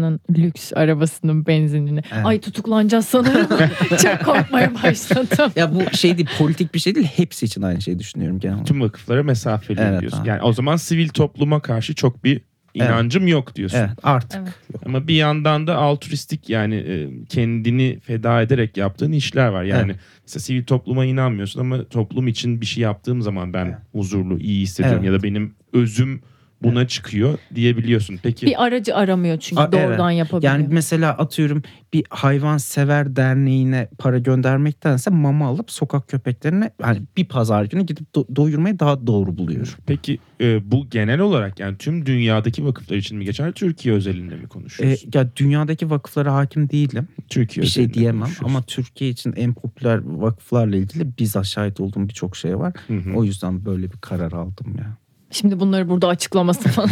lüks arabasının benzinini. Evet. Ay, tutuklanacağız sanırım. Çok korkmaya başladım. Ya bu değil, politik bir şey değil. Hepsi için aynı şeyi düşünüyorum genel olarak. Tüm vakıflara mesafeli Evet, diyorsun. abi. Yani o zaman sivil topluma karşı çok bir inancım yok diyorsun. Evet, artık. Evet. Yok. Ama bir yandan da altruistik, yani kendini feda ederek yaptığın işler var. Yani mesela sivil topluma inanmıyorsun ama toplum için bir şey yaptığım zaman ben huzurlu, iyi hissediyorum. Ya da benim özüm buna çıkıyor diyebiliyorsun. Peki Bir aracı aramıyor çünkü doğrudan yapabiliyor. Yani mesela atıyorum bir hayvansever derneğine para göndermektense mama alıp sokak köpeklerine hani bir pazar günü gidip doyurmayı daha doğru buluyorum. Peki bu genel olarak yani tüm dünyadaki vakıflar için mi geçer, Türkiye özelinde mi konuşuyoruz? Ya dünyadaki vakıflara hakim değilim. Türkiye Bir şey özelinde diyemem konuşuyoruz. ama Türkiye için en popüler vakıflarla ilgili bizzat şahit olduğum birçok şey var. O yüzden böyle bir karar aldım ya. Şimdi bunları burada açıklaması falan.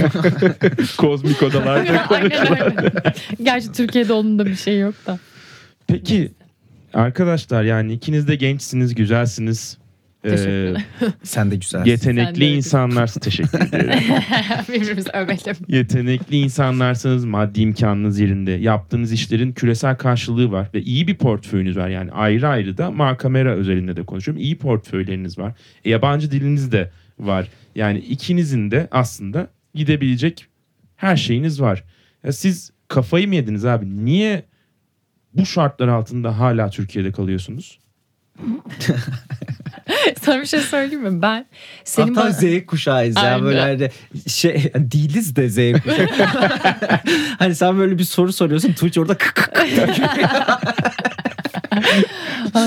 Kozmik odalarda konuşuyorlar. Aynen öyle. Gerçi Türkiye'de onun da bir şey yok da. Peki arkadaşlar, yani ikiniz de gençsiniz, güzelsiniz. Teşekkürler. Sen de güzelsin. Yetenekli Sen de öyle. insanlarsınız. Teşekkür ederim. Birbirimizi övelim. Yetenekli insanlarsınız, maddi imkanınız yerinde. Yaptığınız işlerin küresel karşılığı var ve iyi bir portföyünüz var. Yani ayrı ayrı da Markamera özelinde de konuşuyorum. İyi portföyleriniz var. Yabancı diliniz de var. Yani ikinizin de aslında gidebilecek her şeyiniz var. Ya siz kafayı mı yediniz abi? Niye bu şartlar altında hala Türkiye'de kalıyorsunuz? Sana bir şey söyleyeyim mi? Ben senin Hatta Z kuşağıyız ya, Aynen. böyle hani değiliz de Z kuşağı. Hani sen böyle bir soru soruyorsun, Tuğçe orada Ay,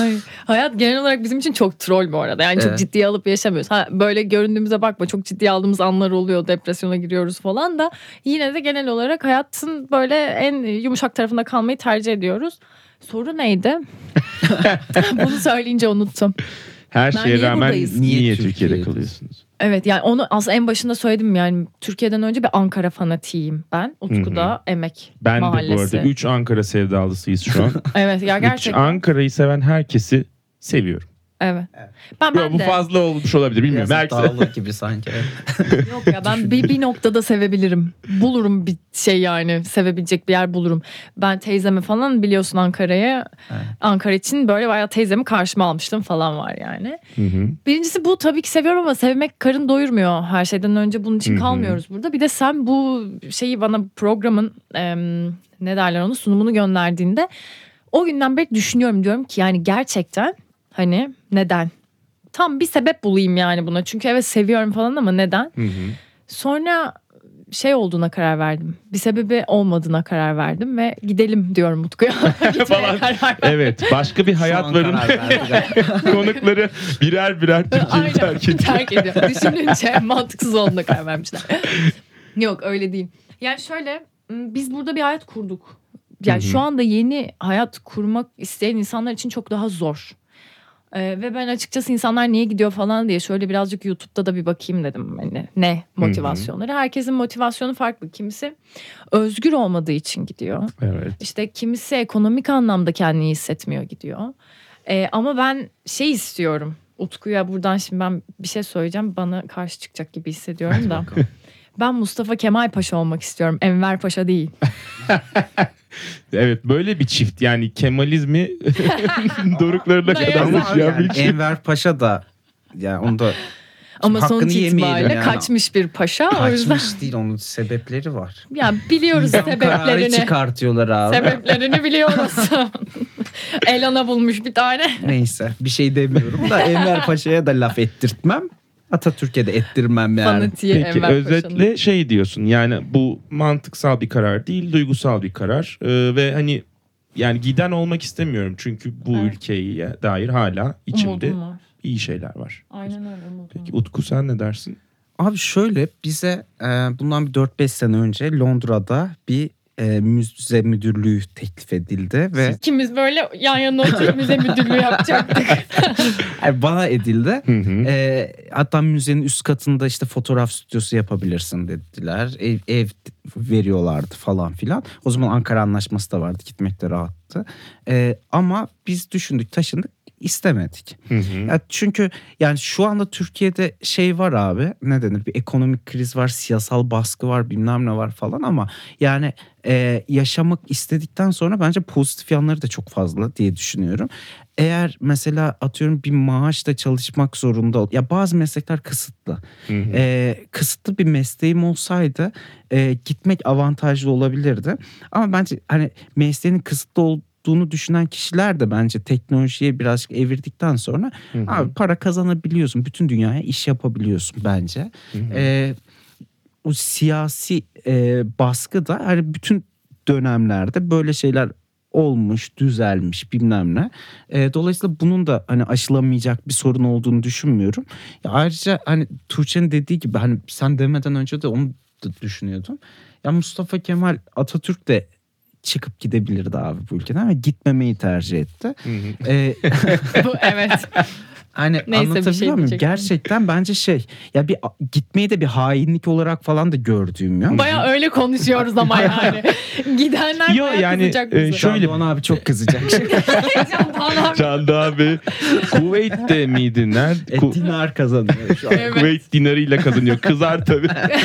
Hayat genel olarak bizim için çok troll bu arada. Yani çok Evet. ciddiye alıp yaşamıyoruz. Böyle göründüğümüze bakma, çok ciddiye aldığımız anlar oluyor. Depresyona giriyoruz falan da. Yine de genel olarak hayatın böyle en yumuşak tarafında kalmayı tercih ediyoruz. Soru neydi? Bunu söyleyince unuttum. Her Ben şeye niye rağmen buradayız? niye Niye Türkiye'de Türkiye'deyiz? kalıyorsunuz? Evet, yani onu aslında en başında söyledim, yani Türkiye'den önce bir Ankara fanatiyim ben. Utku'da Emek Ben Mahallesi. de bu arada 3 Ankara sevdalısıyız şu an. Evet ya, 3 gerçekten. Ankara'yı seven herkesi seviyorum. Evet. Ben Yo, bu de. fazla olmuş olabilir, bilmiyorum. Biraz Herkes... dağılır gibi sanki. Yok ya, ben bir noktada sevebilirim. Bulurum bir şey, yani sevebilecek bir yer bulurum. Ben teyzemi falan biliyorsun Ankara'ya. Evet. Ankara için böyle bayağı teyzemi karşıma almıştım falan var yani. Hı hı. Birincisi bu, tabii ki seviyorum ama sevmek karın doyurmuyor. Her şeyden önce bunun için Hı hı. kalmıyoruz burada. Bir de sen bu şeyi bana, programın ne derler onu, sunumunu gönderdiğinde o günden beri düşünüyorum, diyorum ki yani gerçekten hani neden? Tam bir sebep bulayım yani buna. Çünkü evet seviyorum falan ama neden? Hı hı. Sonra şey olduğuna karar verdim. Bir sebebi olmadığına karar verdim ve gidelim diyorum Utku'ya. Gitmeye Falan. karar verdim. Evet, başka bir hayat Şu an varın karar verdik. konukları birer birer Türkiye'yi terk ediyor. terk ediyor. Düşününce mantıksız olduğuna karar vermişler. Yok, öyle değil. Yani şöyle, biz burada bir hayat kurduk. Yani Hı hı. şu anda yeni hayat kurmak isteyen insanlar için çok daha zor. Ve ben açıkçası insanlar niye gidiyor falan diye şöyle birazcık YouTube'da da bir bakayım dedim. Hani ne motivasyonları. Herkesin motivasyonu farklı. Kimisi özgür olmadığı için gidiyor. Evet. İşte kimisi ekonomik anlamda kendini iyi hissetmiyor, gidiyor. Ama ben şey istiyorum. Utku'ya buradan şimdi ben bir şey söyleyeceğim. Bana karşı çıkacak gibi hissediyorum da. Ben Mustafa Kemal Paşa olmak istiyorum. Enver Paşa değil. Evet, böyle bir çift, yani Kemalizmi doruklarına kadar Dayanamam. taşıyan bir Yani çift. Enver Paşa da yani onu da Ama hakkını sonuç yemeyelim itibariyle yani. kaçmış bir paşa. O yüzden Kaçmış değil, onun sebepleri var. yani biliyoruz İdam kararı sebeplerini. çıkartıyorlar abi. Sebeplerini biliyoruz. Elana bulmuş bir tane. Neyse, bir şey demiyorum da Enver Paşa'ya da laf ettirtmem. Atatürk'e de ettirmem yani. Fanatiği Peki Enver özetle Paşa'nın. şey diyorsun, yani bu mantıksal bir karar değil, duygusal bir karar. Ve hani yani giden olmak istemiyorum çünkü bu Evet. ülkeye dair hala içimde Umudum var. iyi şeyler var. Aynen öyle, umudum Peki var. Utku, sen ne dersin? Abi şöyle, bize bundan bir 4-5 sene önce Londra'da bir müze müdürlüğü teklif edildi ve İkimiz böyle yan yana oturup müze müdürlüğü yapacaktık. yani bana edildi. Hı hı. Hatta müzenin üst katında işte fotoğraf stüdyosu yapabilirsin dediler. Ev veriyorlardı falan filan. O zaman Ankara Anlaşması da vardı. Gitmek de rahattı. Ama biz düşündük, taşındık, istemedik. Hı hı. Ya çünkü yani şu anda Türkiye'de şey var abi, ne denir, bir ekonomik kriz var, siyasal baskı var, bilmem ne var falan ama yani yaşamak istedikten sonra bence pozitif yanları da çok fazla diye düşünüyorum. Eğer mesela atıyorum bir maaşla çalışmak zorunda ya, bazı meslekler kısıtlı. Hı hı. Kısıtlı bir mesleğim olsaydı gitmek avantajlı olabilirdi. Ama bence hani mesleğinin kısıtlı olduğunu düşünen kişiler de bence teknolojiye birazcık evirdikten sonra Hı hı. abi para kazanabiliyorsun. Bütün dünyaya iş yapabiliyorsun bence. Hı hı. O siyasi baskı da hani bütün dönemlerde böyle şeyler olmuş, düzelmiş, bilmem ne. Dolayısıyla bunun da hani aşılamayacak bir sorun olduğunu düşünmüyorum. Ya ayrıca hani Tuğçe'nin dediği gibi, hani sen demeden önce de onu da düşünüyordum. Ya Mustafa Kemal Atatürk de çıkıp gidebilirdi abi bu ülkeden ve gitmemeyi tercih etti. Hı hı. Bu, evet. Hani Neyse, bir anlatabiliyor şey muyum? diyecektim. Gerçekten bence şey ya, bir gitmeyi de bir hainlik olarak falan da gördüğüm ya. Baya öyle konuşuyoruz ama yani. Gidenler Yo, bayağı yani, kızacak bize. şöyle- Doğan abi çok kızacak. Can Doğan abi. Can'da abi Kuveyt'te miydi? Nerede? Dinar kazanıyor şu an. Evet. Kuveyt dinarıyla kazanıyor. Kızar tabii.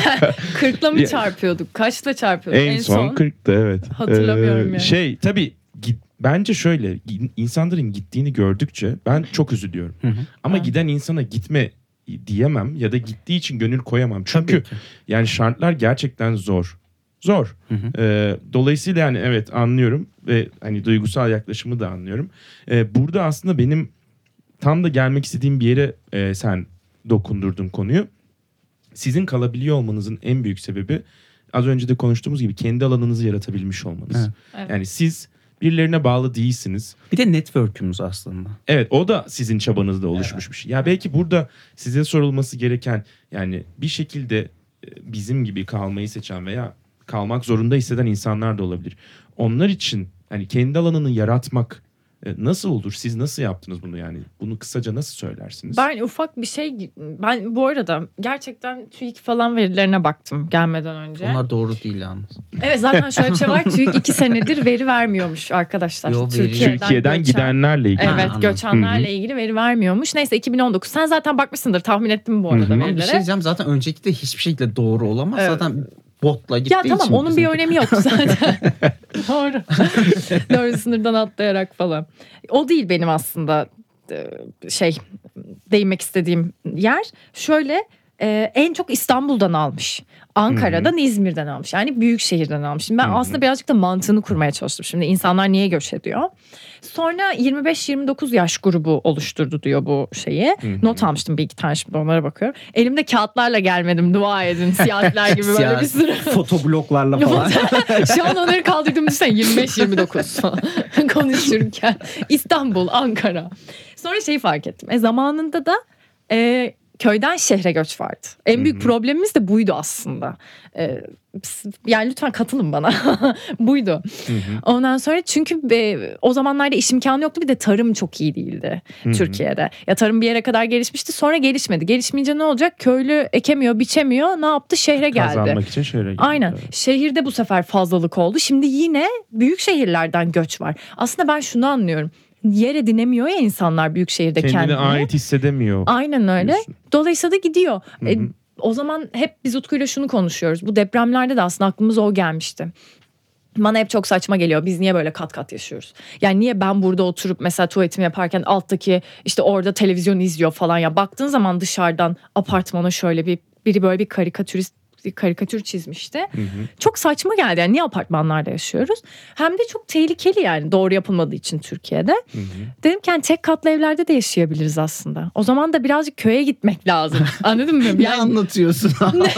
40'la mı Ya- çarpıyorduk? Kaçla çarpıyorduk? En son 40'tı, evet. Hatırlamıyorum yani. Şey tabii bence şöyle, insanların gittiğini gördükçe ben çok üzülüyorum. Hı hı. Ama Ha. giden insana gitme diyemem ya da gittiği için gönül koyamam. Çünkü Tabii ki. yani şartlar gerçekten zor. Zor. Hı hı. Dolayısıyla yani evet, anlıyorum ve hani duygusal yaklaşımı da anlıyorum. Burada aslında benim tam da gelmek istediğim bir yere sen dokundurdun konuyu. Sizin kalabiliyor olmanızın en büyük sebebi, az önce de konuştuğumuz gibi, kendi alanınızı yaratabilmiş olmanız. Evet. Evet. Yani siz birilerine bağlı değilsiniz. Bir de network'ümüz aslında. Evet, o da sizin çabanızda oluşmuş bir şey. Ya belki burada size sorulması gereken, yani bir şekilde bizim gibi kalmayı seçen veya kalmak zorunda hisseden insanlar da olabilir. Onlar için hani kendi alanını yaratmak nasıl olur? Siz nasıl yaptınız bunu yani? Bunu kısaca nasıl söylersiniz? Ben ufak bir şey, ben bu arada gerçekten TÜİK falan verilerine baktım gelmeden önce. Onlar doğru değil yalnız. Evet, zaten şöyle bir şey var. TÜİK 2 senedir veri vermiyormuş arkadaşlar. Yo, Türkiye'den gidenlerle ilgili. Evet, Ha, göçenlerle ilgili veri vermiyormuş. Neyse 2019. Sen zaten bakmışsındır, tahmin ettim bu arada Ama bir verilere. şey diyeceğim, zaten önceki de hiçbir şekilde doğru olamaz. Evet. Zaten botla gittiği Ya için. tamam, onun bir bizimki. önemi yok zaten. Doğru. Doğru, sınırdan atlayarak falan. O değil benim aslında değinmek istediğim yer. Şöyle en çok İstanbul'dan almış. Ankara'dan, İzmir'den almış. Yani büyük şehirden almış. Şimdi ben aslında birazcık da mantığını kurmaya çalıştım. Şimdi insanlar niye göç ediyor? Sonra 25-29 yaş grubu oluşturdu diyor bu şeyi. Not almıştım bir iki tane, şimdi onlara bakıyorum. Elimde kağıtlarla gelmedim, dua edin. Siyasiler gibi böyle bir sürü. Fotobloklarla falan. Şu an onları kaldırdım düşünsene, 25-29 konuşurken. İstanbul, Ankara. Sonra şeyi fark ettim. Zamanında da köyden şehre göç vardı. En büyük problemimiz de buydu aslında. Yani lütfen katılın bana. Buydu. Ondan sonra çünkü o zamanlarda iş imkanı yoktu. Bir de tarım çok iyi değildi Türkiye'de. Ya tarım bir yere kadar gelişmişti, sonra gelişmedi. Gelişmeyince ne olacak? Köylü ekemiyor, biçemiyor. Ne yaptı? Şehre geldi. Kazanmak için şehre geldi. Aynen. Şehirde bu sefer fazlalık oldu. Şimdi yine büyük şehirlerden göç var. Aslında ben şunu anlıyorum. Yer edinemiyor ya insanlar büyük şehirde kendine. Kendine ait hissedemiyor. Aynen öyle. Diyorsun. Dolayısıyla da gidiyor. O zaman hep biz Utku'yla şunu konuşuyoruz. Bu depremlerde de aslında aklımıza o gelmişti. Bana hep çok saçma geliyor. Biz niye böyle kat kat yaşıyoruz? Yani niye ben burada oturup mesela tuvaletimi yaparken alttaki işte orada televizyon izliyor falan ya. Baktığın zaman dışarıdan apartmana şöyle biri böyle bir karikatür çizmişti. Çok saçma geldi. Yani niye apartmanlarda yaşıyoruz? Hem de çok tehlikeli yani, doğru yapılmadığı için Türkiye'de. Dedim ki yani tek katlı evlerde de yaşayabiliriz aslında. O zaman da birazcık köye gitmek lazım. Anladın mı? Ne Yani anlatıyorsun?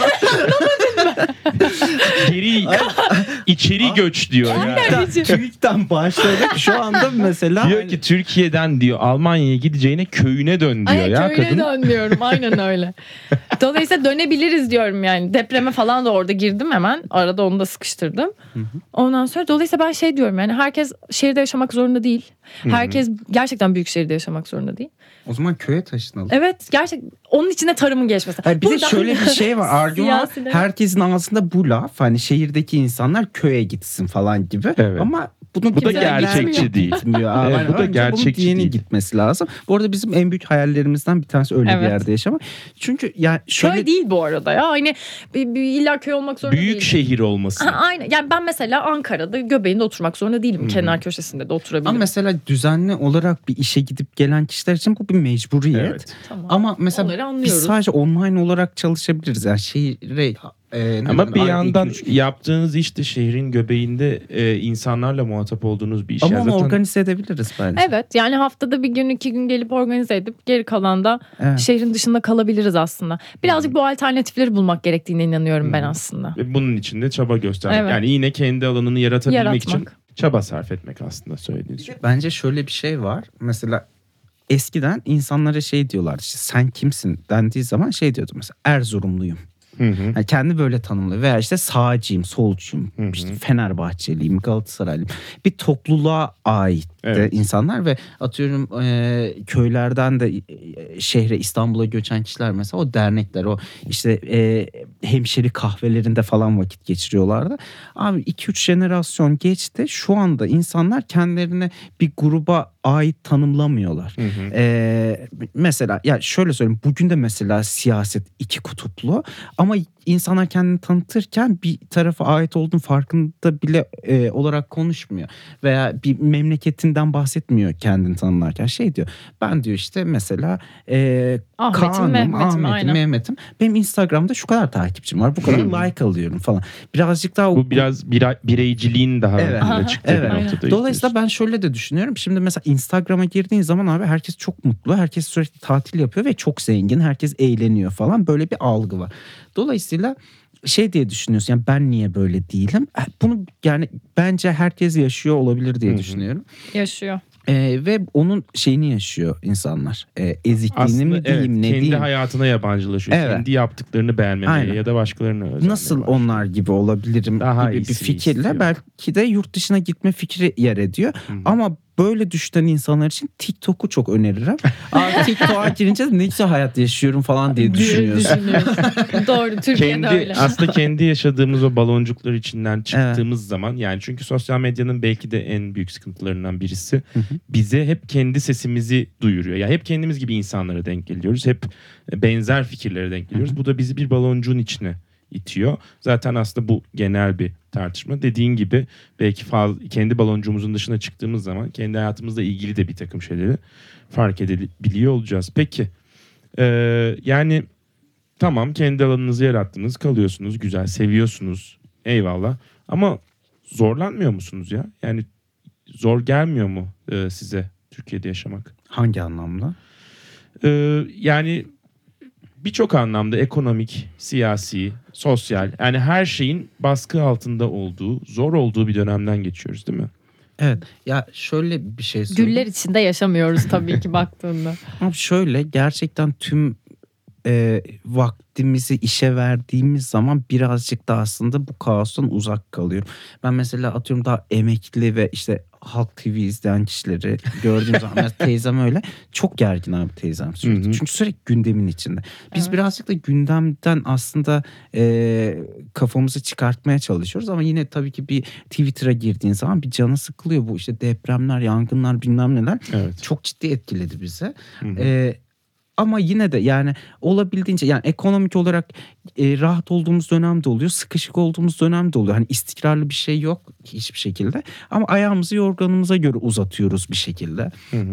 içeri göç diyor yani. TÜİK'ten başladık. Şu anda mesela Diyor ki Türkiye'den diyor Almanya'ya gideceğine köyüne dön diyor ay, ya köyüne kadın. dönmüyorum. Aynen öyle. Dolayısıyla dönebiliriz diyorum yani. Depreme falan da orada girdim hemen. Arada onu da sıkıştırdım. Ondan sonra dolayısıyla ben şey diyorum yani, herkes şehirde yaşamak zorunda değil. Herkes gerçekten büyük şehirde yaşamak zorunda değil. o zaman köye taşınalım. Evet, gerçek onun içine tarımın geçmesi. Hayır, bir de şöyle bir şey var. Argüman, Siyasiler. herkesin ağzında bu laf. Hani şehirdeki insanlar köye gitsin falan gibi. Evet. Ama bunu Bu da kimse gerçekçi vermiyor. değil. Gitmiyor. Evet, Yani bu da önce gerçekçi bunun diyeni değil. gitmesi lazım. Bu arada bizim en büyük hayallerimizden bir tanesi öyle bir Evet. yerde yaşamak. Çünkü yani şöyle... Köy değil bu arada ya. Hani illa köy olmak zorunda Büyük değil. şehir olması. Ha, aynen. Yani ben mesela Ankara'da göbeğinde oturmak zorunda değilim. Kenar köşesinde de oturabilirim. Ama mesela düzenli olarak bir işe gidip gelen kişiler için bu bir mecburiyet. Evet. Tamam. Ama mesela Onları biz anlıyoruz. sadece online olarak çalışabiliriz. Yani şehre... Ama bir yandan yaptığınız iş de şehrin göbeğinde insanlarla muhatap olduğunuz bir iş. Ama Yani onu zaten organize edebiliriz bence. Evet, yani haftada bir gün 2 gün gelip organize edip geri kalan da Evet. şehrin dışında kalabiliriz aslında. Birazcık bu alternatifleri bulmak gerektiğine inanıyorum ben aslında. ve bunun için de çaba göstermek. Evet. Yani yine kendi alanını yaratabilmek için Yaratmak. çaba sarf etmek aslında söylediğiniz şey. Bence şöyle bir şey var. Mesela eskiden insanlara şey diyorlardı, işte sen kimsin dendiği zaman şey diyordu, mesela Erzurumluyum. Yani kendi böyle tanımlıyor. Veya işte sağcıyım, solcuyum, işte Fenerbahçeliyim, Galatasaraylıyım. Bir topluluğa ait de insanlar ve atıyorum köylerden de şehre, İstanbul'a göçen kişiler mesela o dernekler, o işte hemşeri kahvelerinde falan vakit geçiriyorlardı. Abi 2-3 jenerasyon geçti. Şu anda insanlar kendilerini bir gruba ait tanımlamıyorlar. Mesela ya şöyle söyleyeyim, bugün de mesela siyaset iki kutuplu ama insanlar kendini tanıtırken bir tarafa ait olduğunu farkında bile olarak konuşmuyor. Veya bir memleketinden bahsetmiyor kendini tanımlarken. Şey diyor, ben diyor işte mesela Kaan'ım, Ahmet'im, Mehmet'im. Benim Instagram'da şu kadar takipçim var, bu kadar like alıyorum falan. Birazcık daha... Bu biraz bireyciliğin daha önüne çıktığı bir noktada. Dolayısıyla ben şöyle de düşünüyorum. Şimdi mesela Instagram'a girdiğin zaman abi herkes çok mutlu. Herkes sürekli tatil yapıyor ve çok zengin. Herkes eğleniyor falan. Böyle bir algı var. Dolayısıyla şey diye düşünüyorsun. Yani ben niye böyle değilim? Bunu yani bence herkes yaşıyor olabilir diye düşünüyorum. Yaşıyor. Ve onun şeyini yaşıyor insanlar. Ezikliğini Aslında mi diyeyim, ne kendi diyeyim? hayatına yabancılaşıyor. Evet. Kendi yaptıklarını beğenmemeye Aynen. ya da başkalarına özenmeye Nasıl başlıyor. onlar gibi olabilirim Daha gibi bir iyisini fikirle istiyor. belki de yurt dışına gitme fikri yer ediyor. Ama böyle düşünen insanlar için TikTok'u çok öneririm. TikTok'a girince ne güzel hayat yaşıyorum falan diye düşünüyorsun. Doğru, Türkiye'de öyle. Aslında kendi yaşadığımız o baloncuklar içinden çıktığımız zaman, yani çünkü sosyal medyanın belki de en büyük sıkıntılarından birisi bize hep kendi sesimizi duyuruyor. Yani hep kendimiz gibi insanlara denk geliyoruz. Hep benzer fikirlere denk geliyoruz. Bu da bizi bir baloncuğun içine itiyor. Zaten aslında bu genel bir tartışma. Dediğin gibi belki kendi baloncuğumuzun dışına çıktığımız zaman kendi hayatımızla ilgili de bir takım şeyleri fark edebiliyor olacağız. Peki yani tamam, kendi alanınızı yarattınız, kalıyorsunuz, güzel, seviyorsunuz, eyvallah, ama zorlanmıyor musunuz ya? Yani zor gelmiyor mu size Türkiye'de yaşamak? Hangi anlamda? Yani birçok anlamda, ekonomik, siyasi, sosyal, yani her şeyin baskı altında olduğu, zor olduğu bir dönemden geçiyoruz değil mi? Evet. Ya şöyle bir şey söyleyeyim. Güller içinde yaşamıyoruz tabii ki baktığında. Ama şöyle, gerçekten tüm vaktimizi işe verdiğimiz zaman birazcık da aslında bu kaostan uzak kalıyor. Ben mesela atıyorum daha emekli ve işte Halk TV izleyen kişileri gördüğüm zaman mesela teyzem öyle çok gergin abi, teyzem sürekli. Çünkü sürekli gündemin içinde. Biz birazcık da gündemden aslında kafamızı çıkartmaya çalışıyoruz ama yine tabii ki bir Twitter'a girdiğin zaman bir canı sıkılıyor. Bu işte depremler, yangınlar, bilmem neler çok ciddi etkiledi bizi. Ama yine de yani olabildiğince, yani ekonomik olarak rahat olduğumuz dönemde oluyor, sıkışık olduğumuz dönemde oluyor. Hani istikrarlı bir şey yok hiçbir şekilde. Ama ayağımızı yorganımıza göre uzatıyoruz bir şekilde.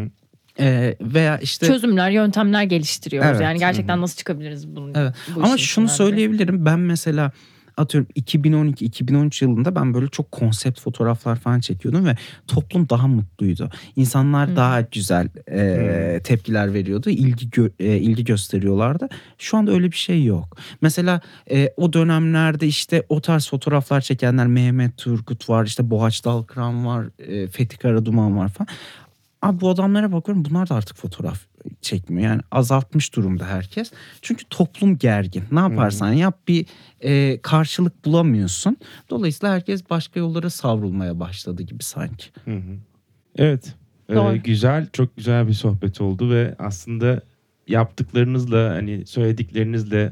Veya işte çözümler, yöntemler geliştiriyoruz. Evet. Yani gerçekten nasıl çıkabiliriz bunun? evet. Bu Ama işin şunu içinden söyleyebilirim. Ben mesela atıyorum 2012-2013 yılında ben böyle çok konsept fotoğraflar falan çekiyordum ve toplum daha mutluydu. İnsanlar daha güzel tepkiler veriyordu, ilgi gösteriyorlardı. Şu anda öyle bir şey yok. Mesela o dönemlerde işte o tarz fotoğraflar çekenler, Mehmet Turgut var, işte Boğaç Dalkıran var, Fethi Karaduman var falan. Abi bu adamlara bakıyorum, bunlar da artık fotoğraf çekmiyor. Yani azaltmış durumda herkes. Çünkü toplum gergin. Ne yaparsan yap bir karşılık bulamıyorsun. Dolayısıyla herkes başka yollara savrulmaya başladı gibi sanki. Evet. Doğru. Güzel, çok güzel bir sohbet oldu ve aslında yaptıklarınızla, hani söylediklerinizle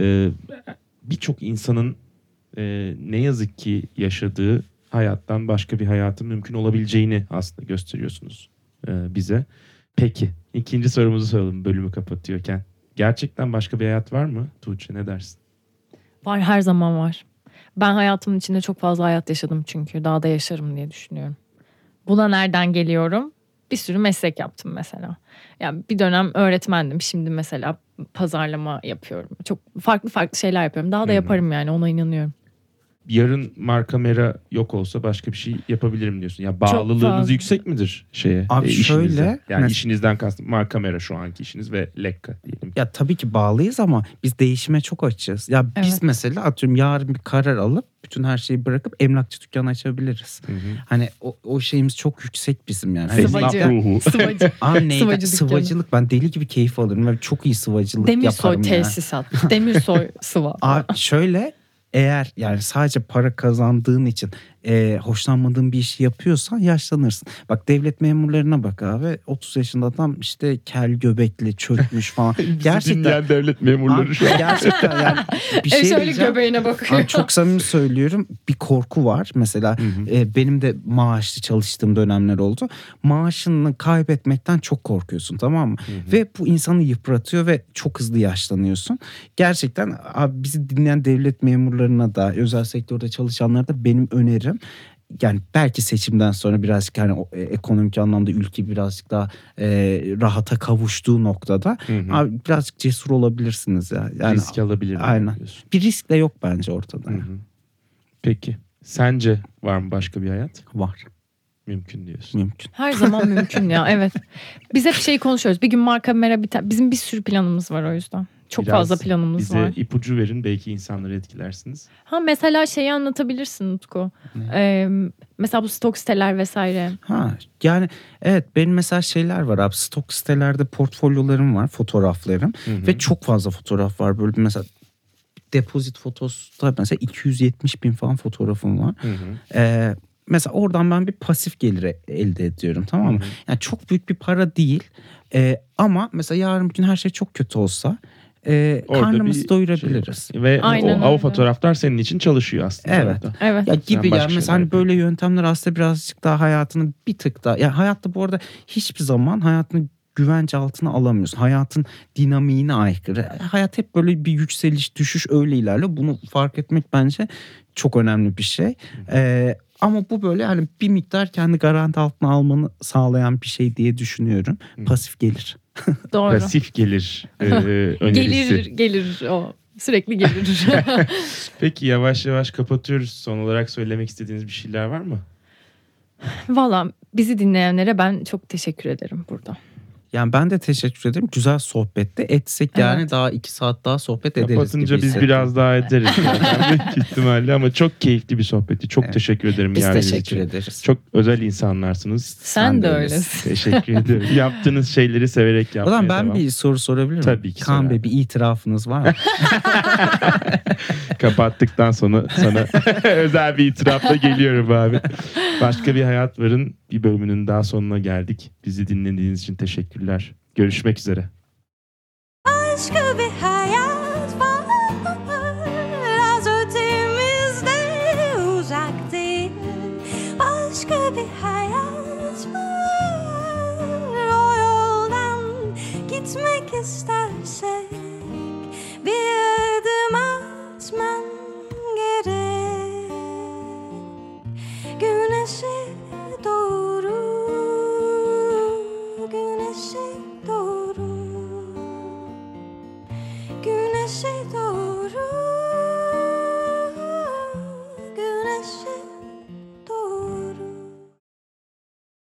birçok insanın ne yazık ki yaşadığı hayattan başka bir hayatın mümkün olabileceğini aslında gösteriyorsunuz bize. Peki, ikinci sorumuzu soralım bölümü kapatıyorken. Gerçekten başka bir hayat var mı Tuğçe, ne dersin? Var, her zaman var. Ben hayatımın içinde çok fazla hayat yaşadım çünkü. Daha da yaşarım diye düşünüyorum. Buna nereden geliyorum? Bir sürü meslek yaptım mesela. Yani bir dönem öğretmendim. Şimdi mesela pazarlama yapıyorum. Çok farklı farklı şeyler yapıyorum. Daha da yaparım yani, ona inanıyorum. Yarın Markamera yok olsa başka bir şey yapabilirim diyorsun. Ya bağlılığınız fazla. yüksek midir şeye? Abi işinize? şöyle, Yani işinizden kastım Markamera şu anki işiniz ve Lekka diyelim. Ya tabii ki bağlıyız ama biz değişime çok açığız. Ya biz Evet. mesela atıyorum yarın bir karar alıp bütün her şeyi bırakıp emlakçı dükkanı açabiliriz. Hani o şeyimiz çok yüksek bizim yani. Hani Sıvacı. ruhu. Sıvacı. neydi? Sıvacı dükkanı. Sıvacılık, ben deli gibi keyif alırım ve çok iyi sıvacılık Demirsoy yaparım yani. tesisat. Demirsoy sıva. Abi şöyle, eğer yani sadece para kazandığın için hoşlanmadığın bir işi yapıyorsan yaşlanırsın. Bak devlet memurlarına bak abi, 30 yaşında adam işte kel göbekli çökmüş falan. Gerçekten devlet memurları şu an. gerçekten yani bir şey şöyle diyeceğim. göbeğine bakıyor. Abi çok samimi söylüyorum, bir korku var. Mesela benim de maaşlı çalıştığım dönemler oldu. Maaşını kaybetmekten çok korkuyorsun, tamam mı? Ve bu insanı yıpratıyor ve çok hızlı yaşlanıyorsun. Gerçekten abi bizi dinleyen devlet memurlarına da, özel sektörde çalışanlara da benim önerim, yani belki seçimden sonra birazcık hani ekonomik anlamda ülke birazcık daha rahata kavuştuğu noktada abi birazcık cesur olabilirsiniz ya. Yani Risk alabilirim. aynen. Diyorsun. Bir risk de yok bence ortada. Peki. Sence var mı başka bir hayat? Var. Mümkün diyorsun. Mümkün. Her zaman mümkün ya, evet. Biz hep şeyi konuşuyoruz. Bir gün Markamera biter. Bizim bir sürü planımız var o yüzden. Çok Biraz fazla planımız bize var. ipucu verin, belki insanları etkilersiniz. Ha mesela şeyi anlatabilirsin Utku. Mesela bu stok siteler vesaire. Ha yani evet, benim mesela şeyler var abi, stok sitelerde portfolyolarım var, fotoğraflarım ve çok fazla fotoğraf var. Böyle mesela depozit fotosu mesela 270 bin falan fotoğrafım var. Mesela oradan ben bir pasif gelir elde ediyorum, tamam mı? Yani çok büyük bir para değil ama mesela yarın bir gün her şey çok kötü olsa karnımızı doyurabiliriz. Şey ve Aynen o öyle. fotoğraflar senin için çalışıyor aslında. Evet. orada. Evet. Ya gibi başka ya mesela şeyler hani böyle yöntemler aslında birazcık daha hayatını bir tık daha, ya hayatta bu arada hiçbir zaman hayatını güvence altına alamıyorsun. Hayatın dinamiğine aykırı. Hayat hep böyle bir yükseliş düşüş öyle ilerliyor. Bunu fark etmek bence çok önemli bir şey. Ama bu böyle hani bir miktar kendi garanti altına almanı sağlayan bir şey diye düşünüyorum. Pasif gelir. Doğru. Pasif gelir önerisi. Gelir o. Sürekli gelir. Peki yavaş yavaş kapatıyoruz. Son olarak söylemek istediğiniz bir şeyler var mı? Valla bizi dinleyenlere ben çok teşekkür ederim burada. Yani ben de teşekkür ederim. Güzel sohbette etsek yani Evet. daha 2 saat daha sohbet ederiz Kapatınca gibi biz hissettim. biraz daha ederiz zaten büyük ihtimalle, ama çok keyifli bir sohbetti. Çok teşekkür ederim. Biz geldiğiniz teşekkür için. ederiz. Çok özel insanlarsınız. Sen de öylesin. öylesin. Teşekkür ederim. Yaptığınız şeyleri severek O yapmaya zaman ben devam. bir soru sorabilir miyim? Tabii ki Kaan sor Bey, abi. bir itirafınız var mı? Kapattıktan sonra sana özel bir itirafla geliyorum abi. Başka bir Hayat Var'ın bir bölümünün daha sonuna geldik. Bizi dinlediğiniz için teşekkürler. Görüşmek üzere. Başka bir hayat var, az ötemizde, uzak değil. Başka bir hayat